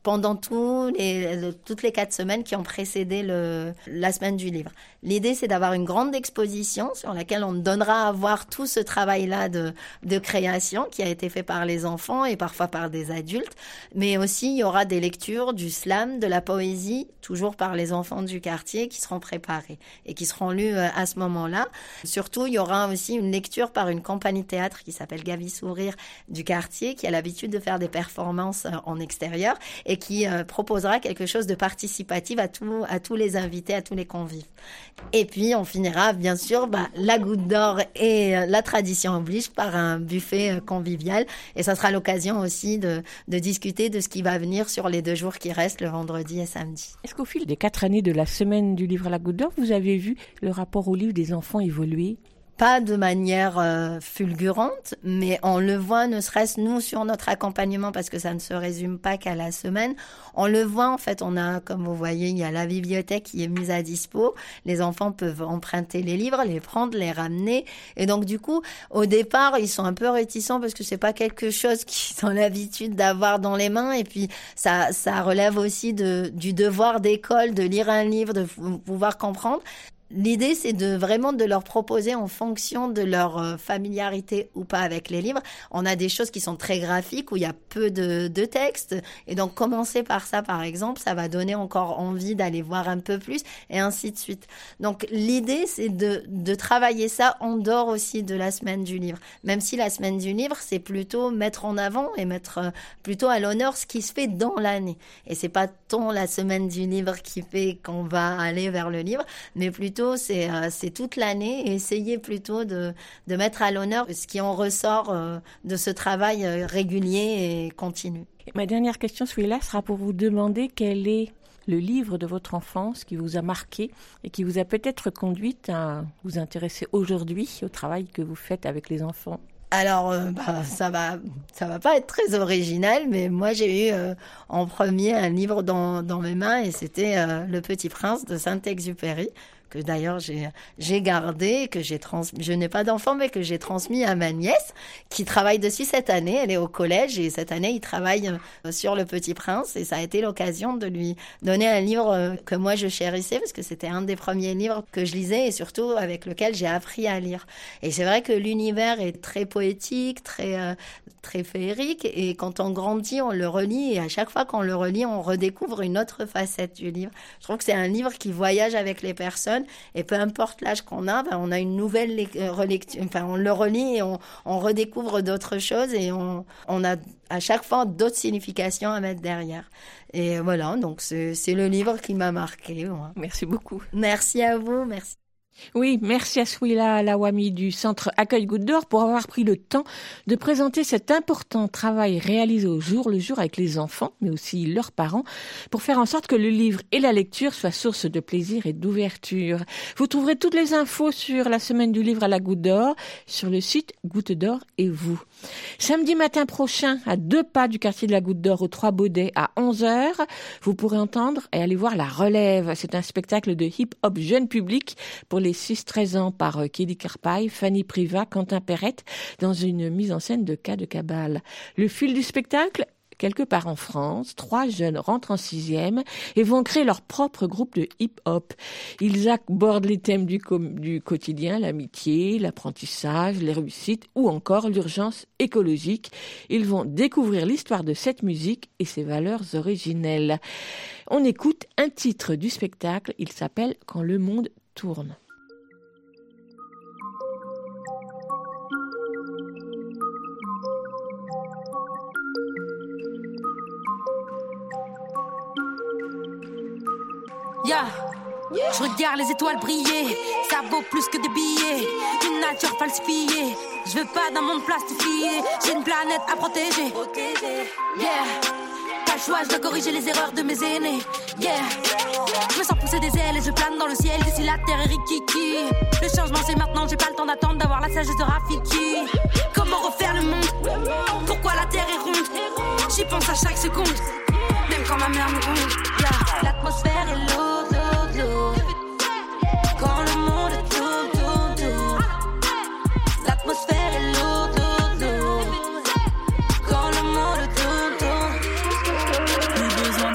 pendant tous les, le, toutes les quatre semaines qui ont précédé le, la semaine du livre. L'idée, c'est d'avoir une grande exposition sur laquelle on donnera à voir tout ce travail-là de, de création qui a été fait par les enfants et parfois par des adultes. Mais aussi, il y aura des lectures, du slam, de la poésie, toujours par les enfants du quartier qui seront préparés et qui seront lus à ce moment-là. Surtout, il y aura aussi une lecture par une compagnie de théâtre qui s'appelle Gavi Sourire du quartier, qui a l'habitude de faire des performances en extérieur et qui euh, proposera quelque chose de participatif à, tout, à tous les invités, à tous les convives. Et puis, on finira, bien sûr, bah, la goutte d'or et euh, la tradition oblige par un buffet euh, convivial. Et ça sera l'occasion aussi de, de discuter de ce qui va venir sur les deux jours qui restent, le vendredi et samedi. Est-ce qu'au fil des quatre années de la semaine du livre à la goutte d'or, vous avez vu le rapport au livre des enfants évoluer ? Pas de manière euh, fulgurante, mais on le voit, ne serait-ce nous sur notre accompagnement, parce que ça ne se résume pas qu'à la semaine. On le voit, en fait, on a, comme vous voyez, il y a la bibliothèque qui est mise à dispo. Les enfants peuvent emprunter les livres, les prendre, les ramener. Et donc, du coup, au départ, ils sont un peu réticents parce que c'est pas quelque chose qu'ils ont l'habitude d'avoir dans les mains. Et puis, ça, ça relève aussi de, du devoir d'école de lire un livre, de pouvoir comprendre. L'idée, c'est de vraiment de leur proposer en fonction de leur familiarité ou pas avec les livres. On a des choses qui sont très graphiques où il y a peu de, de texte. Et donc, commencer par ça, par exemple, ça va donner encore envie d'aller voir un peu plus et ainsi de suite. Donc, l'idée, c'est de, de travailler ça en dehors aussi de la semaine du livre. Même si la semaine du livre, c'est plutôt mettre en avant et mettre plutôt à l'honneur ce qui se fait dans l'année. Et c'est pas tant la semaine du livre qui fait qu'on va aller vers le livre, mais plutôt C'est, euh, c'est toute l'année et essayer plutôt de, de mettre à l'honneur ce qui en ressort euh, de ce travail euh, régulier et continu. Ma dernière question, celui-là, sera pour vous demander quel est le livre de votre enfance qui vous a marqué et qui vous a peut-être conduite à vous intéresser aujourd'hui au travail que vous faites avec les enfants. Alors, euh, bah, ça va, ça va pas être très original, mais moi j'ai eu euh, en premier un livre dans, dans mes mains et c'était euh, Le Petit Prince de Saint-Exupéry, que d'ailleurs j'ai, j'ai gardé, que j'ai transmis. Je n'ai pas d'enfant, mais que j'ai transmis à ma nièce, qui travaille dessus cette année. Elle est au collège et cette année, il travaille sur Le Petit Prince et ça a été l'occasion de lui donner un livre que moi je chérissais parce que c'était un des premiers livres que je lisais et surtout avec lequel j'ai appris à lire. Et c'est vrai que l'univers est très poétique, très, euh, très féerique et quand on grandit, on le relit et à chaque fois qu'on le relit, on redécouvre une autre facette du livre. Je trouve que c'est un livre qui voyage avec les personnes. Et peu importe l'âge qu'on a, ben on a une nouvelle relecture. Enfin, on le relit et on, on redécouvre d'autres choses et on, on a à chaque fois d'autres significations à mettre derrière. Et voilà, donc c'est, c'est le livre qui m'a marqué. Ouais. Merci beaucoup. Merci à vous, merci. Oui, merci à Souila Lawami du Centre Accueil Goutte d'Or pour avoir pris le temps de présenter cet important travail réalisé au jour le jour avec les enfants, mais aussi leurs parents, pour faire en sorte que le livre et la lecture soient source de plaisir et d'ouverture. Vous trouverez toutes les infos sur la semaine du livre à la Goutte d'Or sur le site Goutte d'Or et vous. Samedi matin prochain, à deux pas du quartier de la Goutte d'Or, aux Trois Baudets, à onze heures, vous pourrez entendre et aller voir La Relève. C'est un spectacle de hip-hop jeune public pour les six treize ans par Kelly Carpaille, Fanny Privat, Quentin Perrette, dans une mise en scène de cas de cabale. Le fil du spectacle, quelque part en France, trois jeunes rentrent en sixième et vont créer leur propre groupe de hip-hop. Ils abordent les thèmes du, com- du quotidien, l'amitié, l'apprentissage, les réussites ou encore l'urgence écologique. Ils vont découvrir l'histoire de cette musique et ses valeurs originelles. On écoute un titre du spectacle, il s'appelle « Quand le monde tourne ». Yeah. Je regarde les étoiles briller, ça vaut plus que des billets. Une nature falsifiée, je veux pas d'un monde plastifié. J'ai une planète à protéger. Yeah. Pas le choix, je dois corriger les erreurs de mes aînés. Yeah. Je me sens pousser des ailes et je plane dans le ciel d'ici la terre et Rikiki. Le changement c'est maintenant, j'ai pas le temps d'attendre d'avoir la sagesse de Rafiki. Comment refaire le monde? Pourquoi la terre est ronde? J'y pense à chaque seconde, même quand ma mère me gronde. Yeah. L'atmosphère est lourde, lourde, lourde. Quand le monde tourne, tourne, tourne. L'atmosphère est lourde, lourde, lourde. Quand le monde tourne, tourne. Plus besoin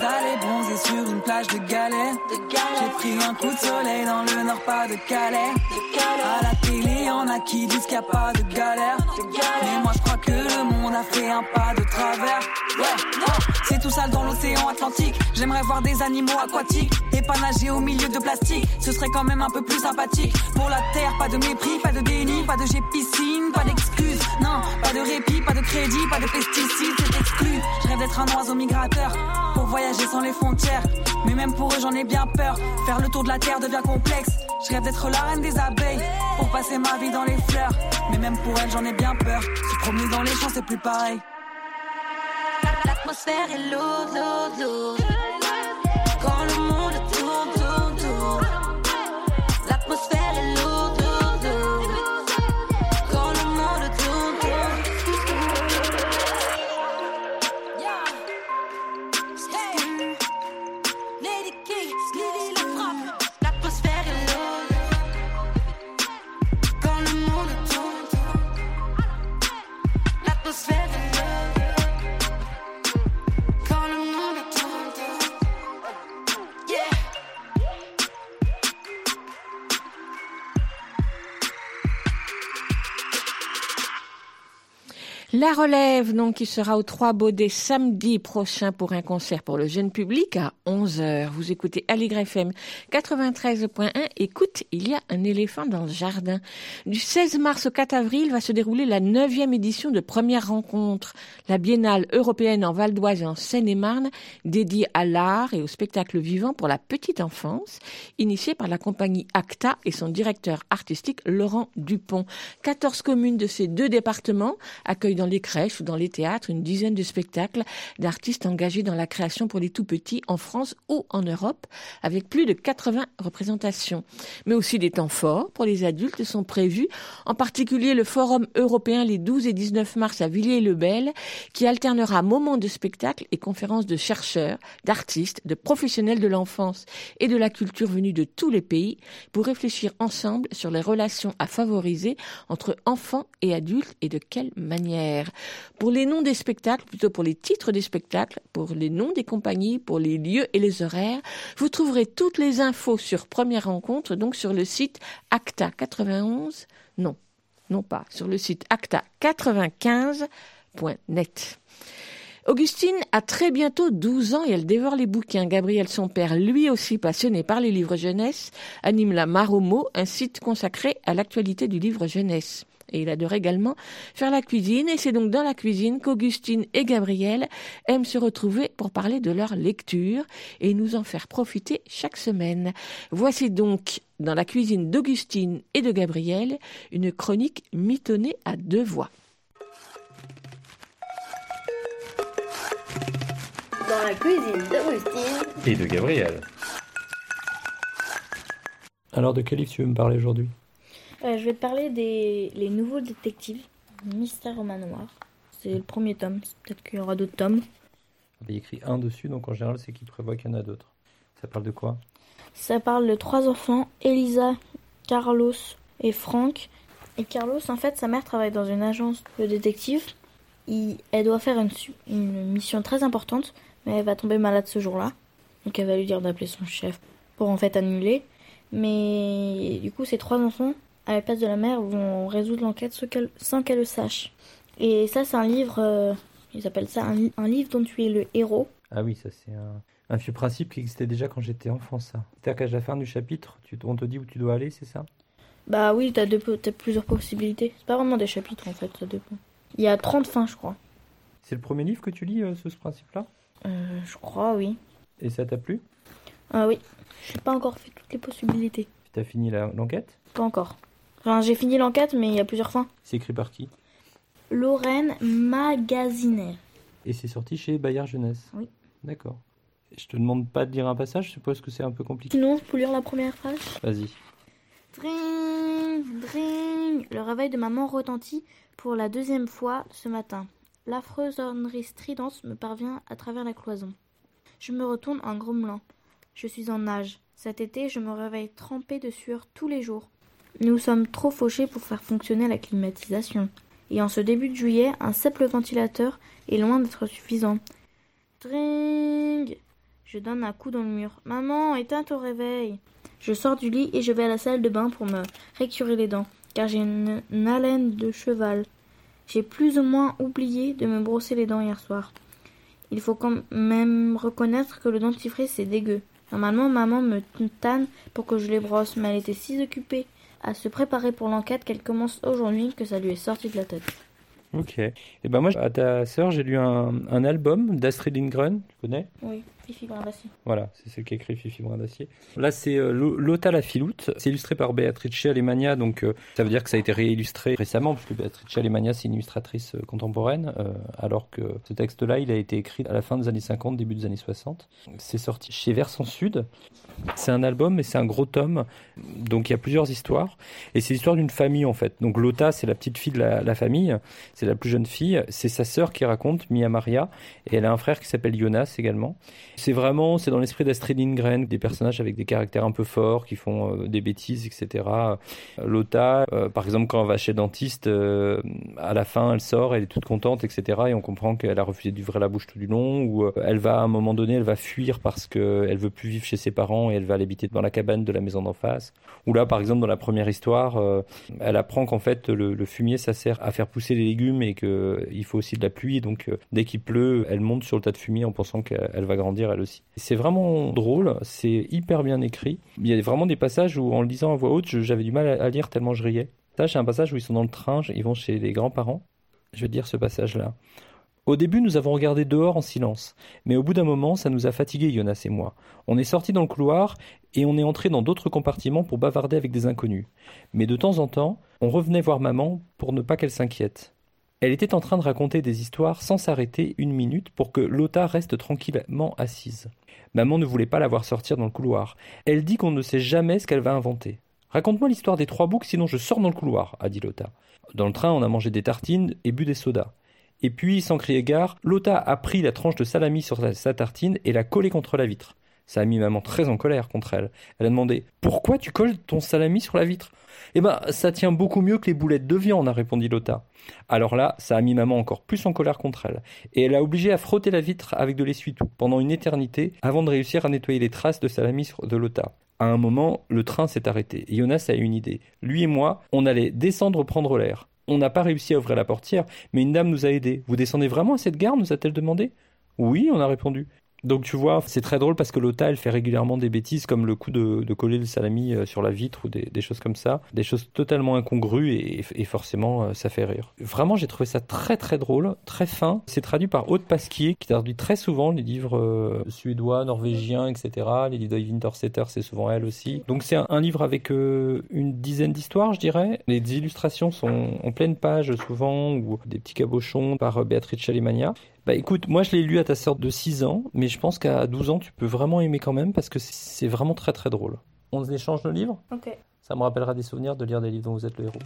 un coup de soleil dans le nord, pas de Calais. À la télé, y'en a qui disent qu'il n'y a pas de galère. Mais moi je crois que le monde a fait un pas de travers. Ouais, c'est tout sale dans l'océan Atlantique. J'aimerais voir des animaux aquatiques et pas nager au milieu de plastique. Ce serait quand même un peu plus sympathique. Pour la terre, pas de mépris, pas de déni, pas de j'ai piscine, pas d'excuses. Non, pas de répit, pas de crédit, pas de pesticides, c'est exclu. Je rêve d'être un oiseau migrateur pour voyager sans les frontières. Mais même pour eux j'en ai bien peur. Faire le tour de la terre devient complexe. Je rêve d'être la reine des abeilles pour passer ma vie dans les fleurs. Mais même pour elles j'en ai bien peur. Se promener dans les champs c'est plus pareil. L'atmosphère est lourde, lourde, lourde. Quand le monde tourne, tourne, tourne. L'atmosphère est lourde, lourde, lourde. Quand le monde tourne, tourne. Hey. Lady Key, Lily la frappe. L'atmosphère est lourde. Quand le monde tourne, tourne. L'atmosphère est lourde. La Relève, donc, qui sera au Trois Baudets samedi prochain pour un concert pour le jeune public à onze heures. Vous écoutez Aligre F M quatre-vingt-treize point un. Écoute, il y a un éléphant dans le jardin. Du seize mars au quatre avril va se dérouler la neuvième édition de Première Rencontre, la biennale européenne en Val d'Oise et en Seine-et-Marne, dédiée à l'art et au spectacle vivant pour la petite enfance, initiée par la compagnie Acta et son directeur artistique Laurent Dupont. quatorze communes de ces deux départements accueillent dans les crèches ou dans les théâtres une dizaine de spectacles d'artistes engagés dans la création pour les tout-petits en France ou en Europe, avec plus de quatre-vingts représentations. Mais aussi des temps forts pour les adultes sont prévus, en particulier le Forum européen les douze et dix-neuf mars à Villiers-le-Bel, qui alternera moments de spectacle et conférences de chercheurs, d'artistes, de professionnels de l'enfance et de la culture venus de tous les pays pour réfléchir ensemble sur les relations à favoriser entre enfants et adultes et de quelle manière. Pour les noms des spectacles, plutôt pour les titres des spectacles, pour les noms des compagnies, pour les lieux et les horaires, vous trouverez toutes les infos sur Première Rencontre, donc sur le site Acta quatre-vingt-onze, non, non pas, sur le site acta quatre-vingt-quinze point net. Augustine a très bientôt douze ans et elle dévore les bouquins. Gabriel, son père, lui aussi passionné par les livres jeunesse, anime la Maromo, un site consacré à l'actualité du livre jeunesse. Et il adore également faire la cuisine, et c'est donc dans la cuisine qu'Augustine et Gabriel aiment se retrouver pour parler de leur lecture et nous en faire profiter chaque semaine. Voici donc, dans la cuisine d'Augustine et de Gabriel, une chronique mitonnée à deux voix. Dans la cuisine d'Augustine et de Gabriel. Alors, de quel livre tu veux me parler aujourd'hui ? Euh, je vais te parler des les nouveaux détectives, Mystère au manoir. C'est le premier tome, peut-être qu'il y aura d'autres tomes. Il y a écrit un dessus, donc en général c'est qu'il prévoit qu'il y en a d'autres. Ça parle de quoi ? Ça parle de trois enfants, Elisa, Carlos et Franck. Et Carlos, en fait, sa mère travaille dans une agence de détective. Il, elle doit faire une, une mission très importante, mais elle va tomber malade ce jour-là. Donc elle va lui dire d'appeler son chef pour en fait annuler. Mais du coup, ces trois enfants, à la place de la mère, vont résoudre l'enquête sans qu'elle le sache. Et ça, c'est un livre, euh, ils appellent ça un, un livre dont tu es le héros. Ah oui, ça c'est un, un vieux principe qui existait déjà quand j'étais enfant, ça. C'est-à-dire qu'à la fin du chapitre, tu, on te dit où tu dois aller, c'est ça ? Bah oui, t'as, deux, t'as plusieurs possibilités. C'est pas vraiment des chapitres en fait, ça dépend. Il y a trente fins, je crois. C'est le premier livre que tu lis, euh, ce, ce principe-là ? euh, Je crois, oui. Et ça t'a plu ? Ah oui. J'ai pas encore fait toutes les possibilités. Tu as fini la, l'enquête ? Pas encore. Enfin, j'ai fini l'enquête, mais il y a plusieurs fins. C'est écrit par qui ? Lorraine Magaziner. Et c'est sorti chez Bayard Jeunesse ? Oui. D'accord. Je te demande pas de lire un passage, je suppose que c'est un peu compliqué. Sinon, je peux lire la première phrase ? Vas-y. Dring, dring. Le réveil de maman retentit pour la deuxième fois ce matin. L'affreuse sonnerie stridente me parvient à travers la cloison. Je me retourne en grommelant. Je suis en nage. Cet été, je me réveille trempée de sueur tous les jours. Nous sommes trop fauchés pour faire fonctionner la climatisation. Et en ce début de juillet, un simple ventilateur est loin d'être suffisant. Dring. Je donne un coup dans le mur. Maman, éteins ton réveil. Je sors du lit et je vais à la salle de bain pour me récurer les dents, car j'ai une, une haleine de cheval. J'ai plus ou moins oublié de me brosser les dents hier soir. Il faut quand même reconnaître que le dentifrice c'est dégueu. Normalement, maman me tanne pour que je les brosse, mais elle était si occupée à se préparer pour l'enquête qu'elle commence aujourd'hui que ça lui est sorti de la tête. Ok. Et ben moi, à ta sœur, j'ai lu un, un album d'Astrid Lindgren, tu connais ? Oui, Fifi Brin d'Acier. Voilà, c'est celle qui a écrit Fifi Brin d'Acier. Là, c'est euh, Lotta la Filoute. C'est illustré par Beatrice Alemagna, donc euh, ça veut dire que ça a été réillustré récemment, puisque Beatrice Alemagna, c'est une illustratrice euh, contemporaine, euh, alors que ce texte-là, il a été écrit à la fin des années cinquante, début des années soixante. C'est sorti chez Versant Sud. C'est un album, mais c'est un gros tome, donc il y a plusieurs histoires, et c'est l'histoire d'une famille en fait. Donc Lotta, c'est la petite fille de la, la famille, c'est la plus jeune fille, c'est sa sœur qui raconte, Mia Maria, et elle a un frère qui s'appelle Jonas également. C'est vraiment, c'est dans l'esprit d'Astrid Lindgren, des personnages avec des caractères un peu forts, qui font euh, des bêtises, et cetera. Lotta, euh, par exemple, quand elle va chez le dentiste, euh, à la fin, elle sort, elle est toute contente, et cetera. Et on comprend qu'elle a refusé d'ouvrir la bouche tout du long, ou euh, elle va, à un moment donné, elle va fuir parce qu'elle veut plus vivre chez ses parents, et elle va aller habiter dans la cabane de la maison d'en face. Ou là, par exemple, dans la première histoire, euh, elle apprend qu'en fait, le, le fumier, ça sert à faire pousser les légumes et qu'il faut aussi de la pluie. Donc, euh, dès qu'il pleut, elle monte sur le tas de fumier en pensant qu'elle va grandir elle aussi. C'est vraiment drôle, c'est hyper bien écrit. Il y a vraiment des passages où, en le lisant à voix haute, j'avais du mal à lire tellement je riais. Là, j'ai un passage où ils sont dans le train, ils vont chez les grands-parents. Je vais dire ce passage-là. Au début, nous avons regardé dehors en silence, mais au bout d'un moment, ça nous a fatigués, Jonas et moi. On est sortis dans le couloir et on est entré dans d'autres compartiments pour bavarder avec des inconnus. Mais de temps en temps, on revenait voir maman pour ne pas qu'elle s'inquiète. Elle était en train de raconter des histoires sans s'arrêter une minute pour que Lotta reste tranquillement assise. Maman ne voulait pas la voir sortir dans le couloir. Elle dit qu'on ne sait jamais ce qu'elle va inventer. « Raconte-moi l'histoire des trois boucs, sinon je sors dans le couloir », a dit Lotta. Dans le train, on a mangé des tartines et bu des sodas. Et puis, sans crier gare, Lotta a pris la tranche de salami sur sa tartine et l'a collée contre la vitre. Ça a mis maman très en colère contre elle. Elle a demandé « Pourquoi tu colles ton salami sur la vitre ?»« Eh ben, ça tient beaucoup mieux que les boulettes de viande, » a répondu Lotta. Alors là, ça a mis maman encore plus en colère contre elle. Et elle a obligé à frotter la vitre avec de l'essuie-tout pendant une éternité avant de réussir à nettoyer les traces de salami de Lotta. À un moment, le train s'est arrêté. Et Jonas a eu une idée. Lui et moi, on allait descendre prendre l'air. On n'a pas réussi à ouvrir la portière, mais une dame nous a aidés. « Vous descendez vraiment à cette gare ?» nous a-t-elle demandé. « Oui, on a répondu. » Donc tu vois, c'est très drôle parce que Lotta, elle fait régulièrement des bêtises comme le coup de, de coller le salami sur la vitre ou des, des choses comme ça. Des choses totalement incongrues et, et forcément, ça fait rire. Vraiment, j'ai trouvé ça très très drôle, très fin. C'est traduit par Aude Pasquier, qui traduit très souvent les livres euh, suédois, norvégiens, et cetera. Les livres d'Øyvind Torseter, c'est souvent elle aussi. Donc c'est un, un livre avec euh, une dizaine d'histoires, je dirais. Les illustrations sont en pleine page souvent, ou des petits cabochons par euh, Beatrice Alemagna. Bah écoute, moi je l'ai lu à ta sœur de six ans, mais je pense qu'à douze ans tu peux vraiment aimer quand même parce que c'est vraiment très très drôle. On échange nos livres ? Ok. Ça me rappellera des souvenirs de lire des livres dont vous êtes le héros.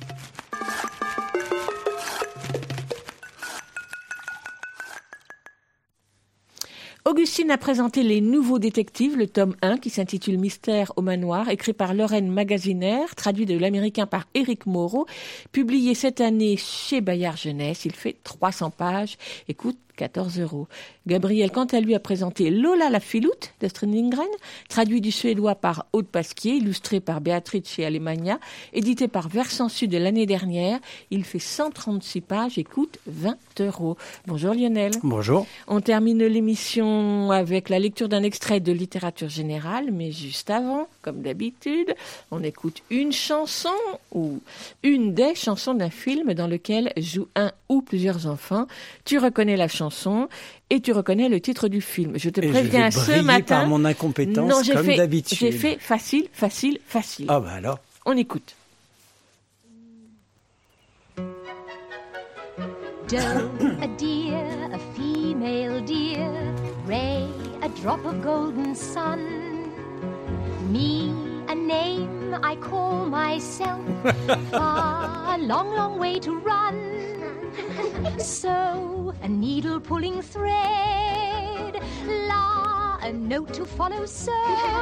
Augustine a présenté Les Nouveaux Détectives, le tome un qui s'intitule Mystère au manoir, écrit par Lorraine Magazinaire, traduit de l'américain par Éric Moreau, publié cette année chez Bayard Jeunesse. Il fait trois cents pages et coûte quatorze euros. Gabriel, quant à lui, a présenté Lola la Filoute d'Astrid Lindgren, traduit du suédois par Aude Pasquier, illustré par Beatrice Alemagna, édité par Versant Sud de l'année dernière. Il fait cent trente-six pages et coûte vingt euros. Bonjour Lionel. Bonjour. On termine l'émission avec la lecture d'un extrait de littérature générale, mais juste avant, comme d'habitude, on écoute une chanson ou une des chansons d'un film dans lequel joue un ou plusieurs enfants. Tu reconnais la chanson et tu reconnais le titre du film. Je te et préviens je vais ce matin. Par mon incompétence, non, j'ai comme fait, d'habitude. J'ai fait facile, facile, facile. Ah bah alors. On écoute. Doe, a deer, a female deer, Ray, a drop of golden sun, me, a name I call myself, a long, long way to run. So, a needle pulling thread, la, a note to follow, so.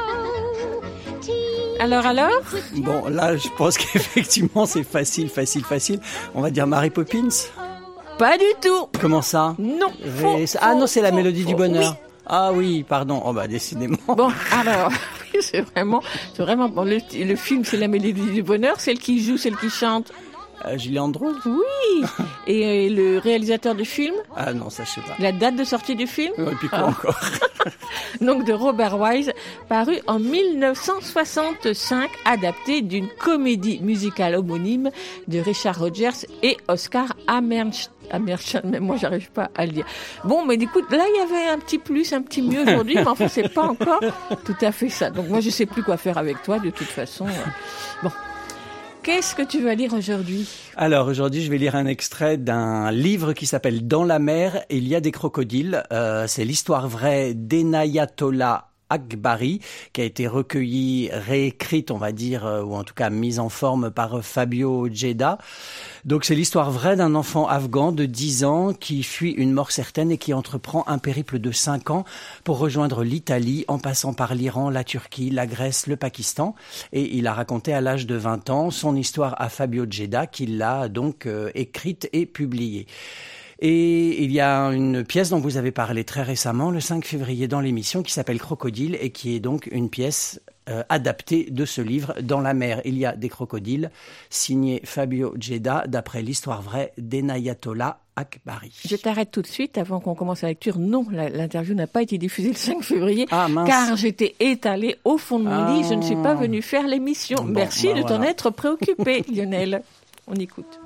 Alors, alors Bon, là, je pense qu'effectivement, c'est facile, facile, facile. On va dire Mary Poppins. Pas du tout. Comment ça? Non. Ré... Faux, Ah non, c'est la faux, mélodie faux, du bonheur. Oui. Ah oui, pardon. Oh bah décidément. Bon, alors, c'est vraiment, c'est vraiment bon. Le, le film, c'est La Mélodie du Bonheur. Celle qui joue, celle qui chante. Euh, Julie Andrews. Oui. Et, et le réalisateur du film. Ah non, ça je sais pas. La date de sortie du film. Et puis quoi ah. encore. Donc de Robert Wise, paru en mille neuf cent soixante-cinq, adapté d'une comédie musicale homonyme de Richard Rodgers et Oscar Hammerstein. Hammerstein, mais moi j'arrive pas à le dire. Bon, mais écoute, là il y avait un petit plus, un petit mieux aujourd'hui, mais enfin c'est pas encore tout à fait ça. Donc moi je sais plus quoi faire avec toi de toute façon. Bon. Qu'est-ce que tu vas lire aujourd'hui ? Alors aujourd'hui, je vais lire un extrait d'un livre qui s'appelle Dans la mer, il y a des crocodiles. Euh, c'est l'histoire vraie d'Enayatollah Akbari, qui a été recueillie, réécrite, on va dire, ou en tout cas mise en forme par Fabio Jeddah. Donc c'est l'histoire vraie d'un enfant afghan de dix ans qui fuit une mort certaine et qui entreprend un périple de cinq ans pour rejoindre l'Italie en passant par l'Iran, la Turquie, la Grèce, le Pakistan. Et il a raconté à l'âge de vingt ans son histoire à Fabio Jeddah, qui l'a donc euh, écrite et publiée. Et il y a une pièce dont vous avez parlé très récemment, le cinq février, dans l'émission, qui s'appelle Crocodile et qui est donc une pièce euh, adaptée de ce livre, Dans la mer, il y a des crocodiles, signé Fabio Jeddah, d'après l'histoire vraie d'Enayatollah Akbari. Je t'arrête tout de suite avant qu'on commence la lecture. Non, la, l'interview n'a pas été diffusée le cinq février, ah, car j'étais étalée au fond de mon ah. lit. Je ne suis pas venue faire l'émission. Bon, Merci bah, de voilà. t'en être préoccupé, Lionel. On écoute.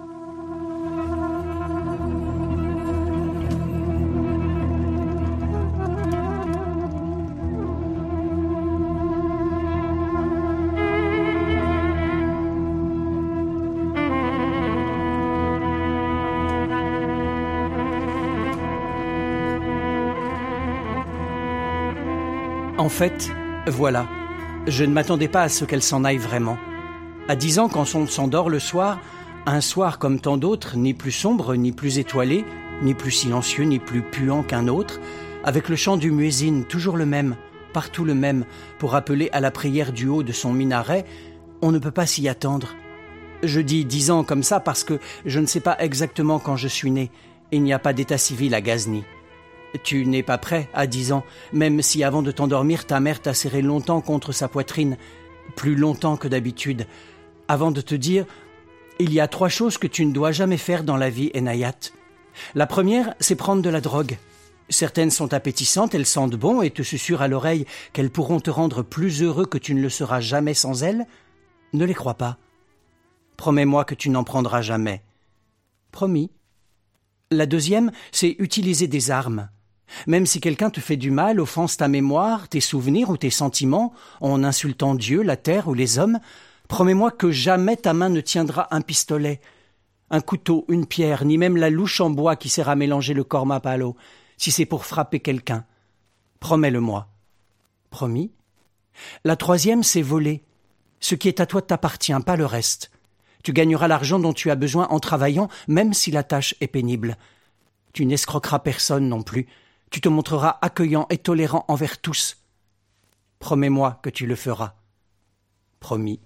En fait, voilà, je ne m'attendais pas à ce qu'elle s'en aille vraiment. À dix ans, quand on s'endort le soir, un soir comme tant d'autres, ni plus sombre, ni plus étoilé, ni plus silencieux, ni plus puant qu'un autre, avec le chant du muezzin, toujours le même, partout le même, pour appeler à la prière du haut de son minaret, on ne peut pas s'y attendre. Je dis dix ans comme ça parce que je ne sais pas exactement quand je suis né. Il n'y a pas d'état civil à Ghazni. Tu n'es pas prêt à dix ans, même si avant de t'endormir, ta mère t'a serré longtemps contre sa poitrine, plus longtemps que d'habitude, avant de te dire « Il y a trois choses que tu ne dois jamais faire dans la vie, Enayat. La première, c'est prendre de la drogue. Certaines sont appétissantes, elles sentent bon et te susurrent à l'oreille qu'elles pourront te rendre plus heureux que tu ne le seras jamais sans elles. Ne les crois pas. Promets-moi que tu n'en prendras jamais. » Promis. La deuxième, c'est utiliser des armes. Même si quelqu'un te fait du mal, offense ta mémoire, tes souvenirs ou tes sentiments, en insultant Dieu, la terre ou les hommes, promets-moi que jamais ta main ne tiendra un pistolet, un couteau, une pierre, ni même la louche en bois qui sert à mélanger le korma palo, si c'est pour frapper quelqu'un. Promets-le-moi. Promis. La troisième, c'est voler. Ce qui est à toi t'appartient, pas le reste. Tu gagneras l'argent dont tu as besoin en travaillant, même si la tâche est pénible. Tu n'escroqueras personne non plus. Tu te montreras accueillant et tolérant envers tous. Promets-moi que tu le feras. Promis.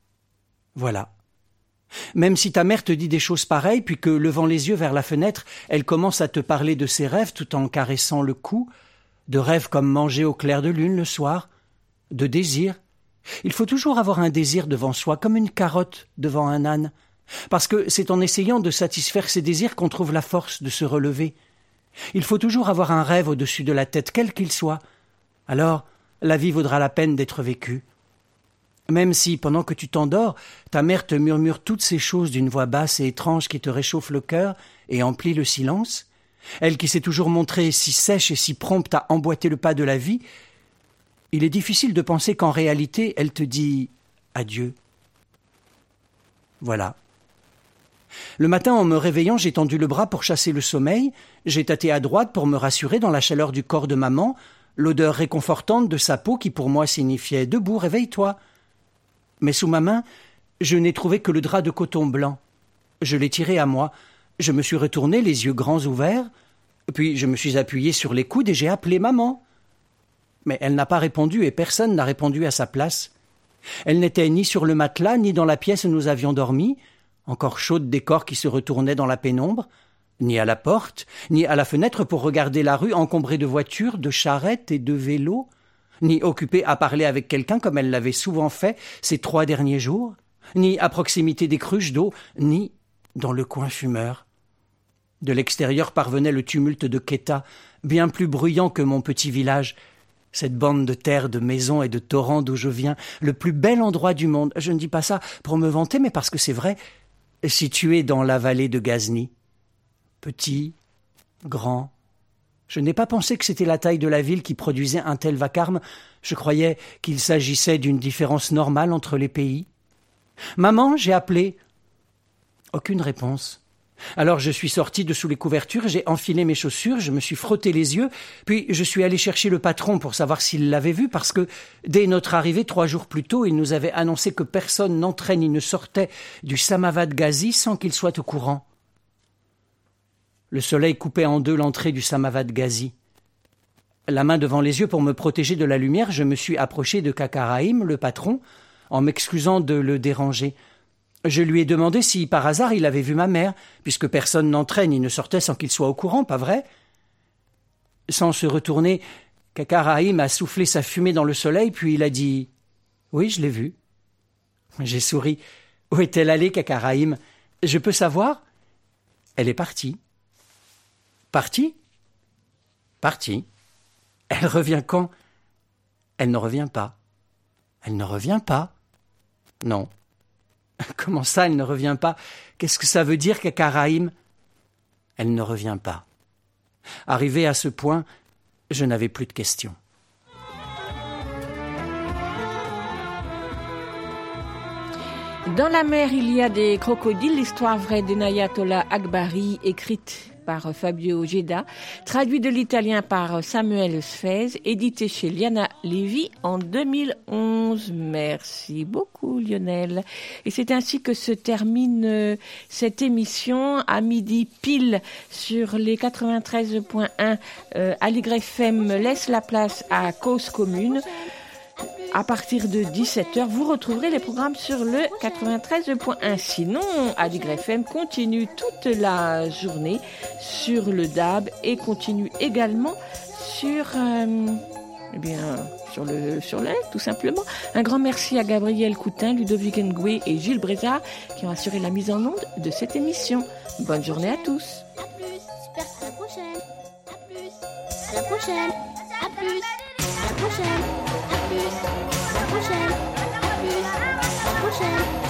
Voilà. Même si ta mère te dit des choses pareilles, puis que, levant les yeux vers la fenêtre, elle commence à te parler de ses rêves tout en caressant le cou, de rêves comme manger au clair de lune le soir, de désirs. Il faut toujours avoir un désir devant soi, comme une carotte devant un âne, parce que c'est en essayant de satisfaire ses désirs qu'on trouve la force de se relever. Il faut toujours avoir un rêve au-dessus de la tête, quel qu'il soit. Alors, la vie vaudra la peine d'être vécue. Même si, pendant que tu t'endors, ta mère te murmure toutes ces choses d'une voix basse et étrange qui te réchauffe le cœur et emplit le silence, elle qui s'est toujours montrée si sèche et si prompte à emboîter le pas de la vie, il est difficile de penser qu'en réalité, elle te dit adieu. Voilà. Le matin, en me réveillant, j'ai tendu le bras pour chasser le sommeil, j'ai tâté à droite pour me rassurer dans la chaleur du corps de maman, l'odeur réconfortante de sa peau qui pour moi signifiait « Debout, réveille-toi ». Mais sous ma main, je n'ai trouvé que le drap de coton blanc. Je l'ai tiré à moi, je me suis retourné, les yeux grands ouverts, puis je me suis appuyé sur les coudes et j'ai appelé maman. Mais elle n'a pas répondu et personne n'a répondu à sa place. Elle n'était ni sur le matelas, ni dans la pièce où nous avions dormi, encore chaude des corps qui se retournaient dans la pénombre, ni à la porte, ni à la fenêtre pour regarder la rue encombrée de voitures, de charrettes et de vélos, ni occupée à parler avec quelqu'un comme elle l'avait souvent fait ces trois derniers jours, ni à proximité des cruches d'eau, ni dans le coin fumeur. De l'extérieur parvenait le tumulte de Quetta, bien plus bruyant que mon petit village, cette bande de terre, de maisons et de torrents d'où je viens, le plus bel endroit du monde. Je ne dis pas ça pour me vanter, mais parce que c'est vrai, situé dans la vallée de Ghazni. Petit, grand. Je n'ai pas pensé que c'était la taille de la ville qui produisait un tel vacarme. Je croyais qu'il s'agissait d'une différence normale entre les pays. Maman, j'ai appelé. Aucune réponse. Alors je suis sorti de sous les couvertures, j'ai enfilé mes chaussures, je me suis frotté les yeux, puis je suis allé chercher le patron pour savoir s'il l'avait vu, parce que dès notre arrivée trois jours plus tôt, il nous avait annoncé que personne n'entrait ni ne sortait du Samavad Ghazi sans qu'il soit au courant. Le soleil coupait en deux l'entrée du Samavad Ghazi. La main devant les yeux pour me protéger de la lumière, je me suis approché de Kaka Rahim, le patron, en m'excusant de le déranger. Je lui ai demandé si, par hasard, il avait vu ma mère, puisque personne n'entrait ni ne sortait sans qu'il soit au courant, pas vrai? Sans se retourner, Kaka Rahim a soufflé sa fumée dans le soleil, puis il a dit « Oui, je l'ai vue. » J'ai souri. « Où est-elle allée, Kaka Rahim? Je peux savoir ?» Elle est partie. « Partie ?»« Partie. Elle revient quand ?»« Elle ne revient pas. »« Elle ne revient pas. »« Non. » Comment ça, elle ne revient pas? Qu'est-ce que ça veut dire, Kaka Rahim? Elle ne revient pas. Arrivé à ce point, je n'avais plus de questions. Dans la mer, il y a des crocodiles, l'histoire vraie d'Enayatollah Akbari, écrite par Fabio Ojeda, traduit de l'italien par Samuel Sfez, édité chez Liana Levy en deux mille onze. Merci beaucoup Lionel. Et c'est ainsi que se termine euh, cette émission à midi pile sur les quatre-vingt-treize point un. Euh, Aligre F M laisse la place à Cause Commune. À partir de dix-sept heures, vous retrouverez les programmes sur le quatre-vingt-treize point un. Sinon, Aligre F M continue toute la journée sur le D A B et continue également sur, euh, eh bien, sur le sur le tout simplement. Un grand merci à Gabriel Coutin, Ludovic Ngoué et Gilles Brézard qui ont assuré la mise en onde de cette émission. Bonne journée à tous. À plus, super, à la prochaine. À plus, à la prochaine. À plus, à la prochaine. À plus, à la prochaine. À plus, à la prochaine.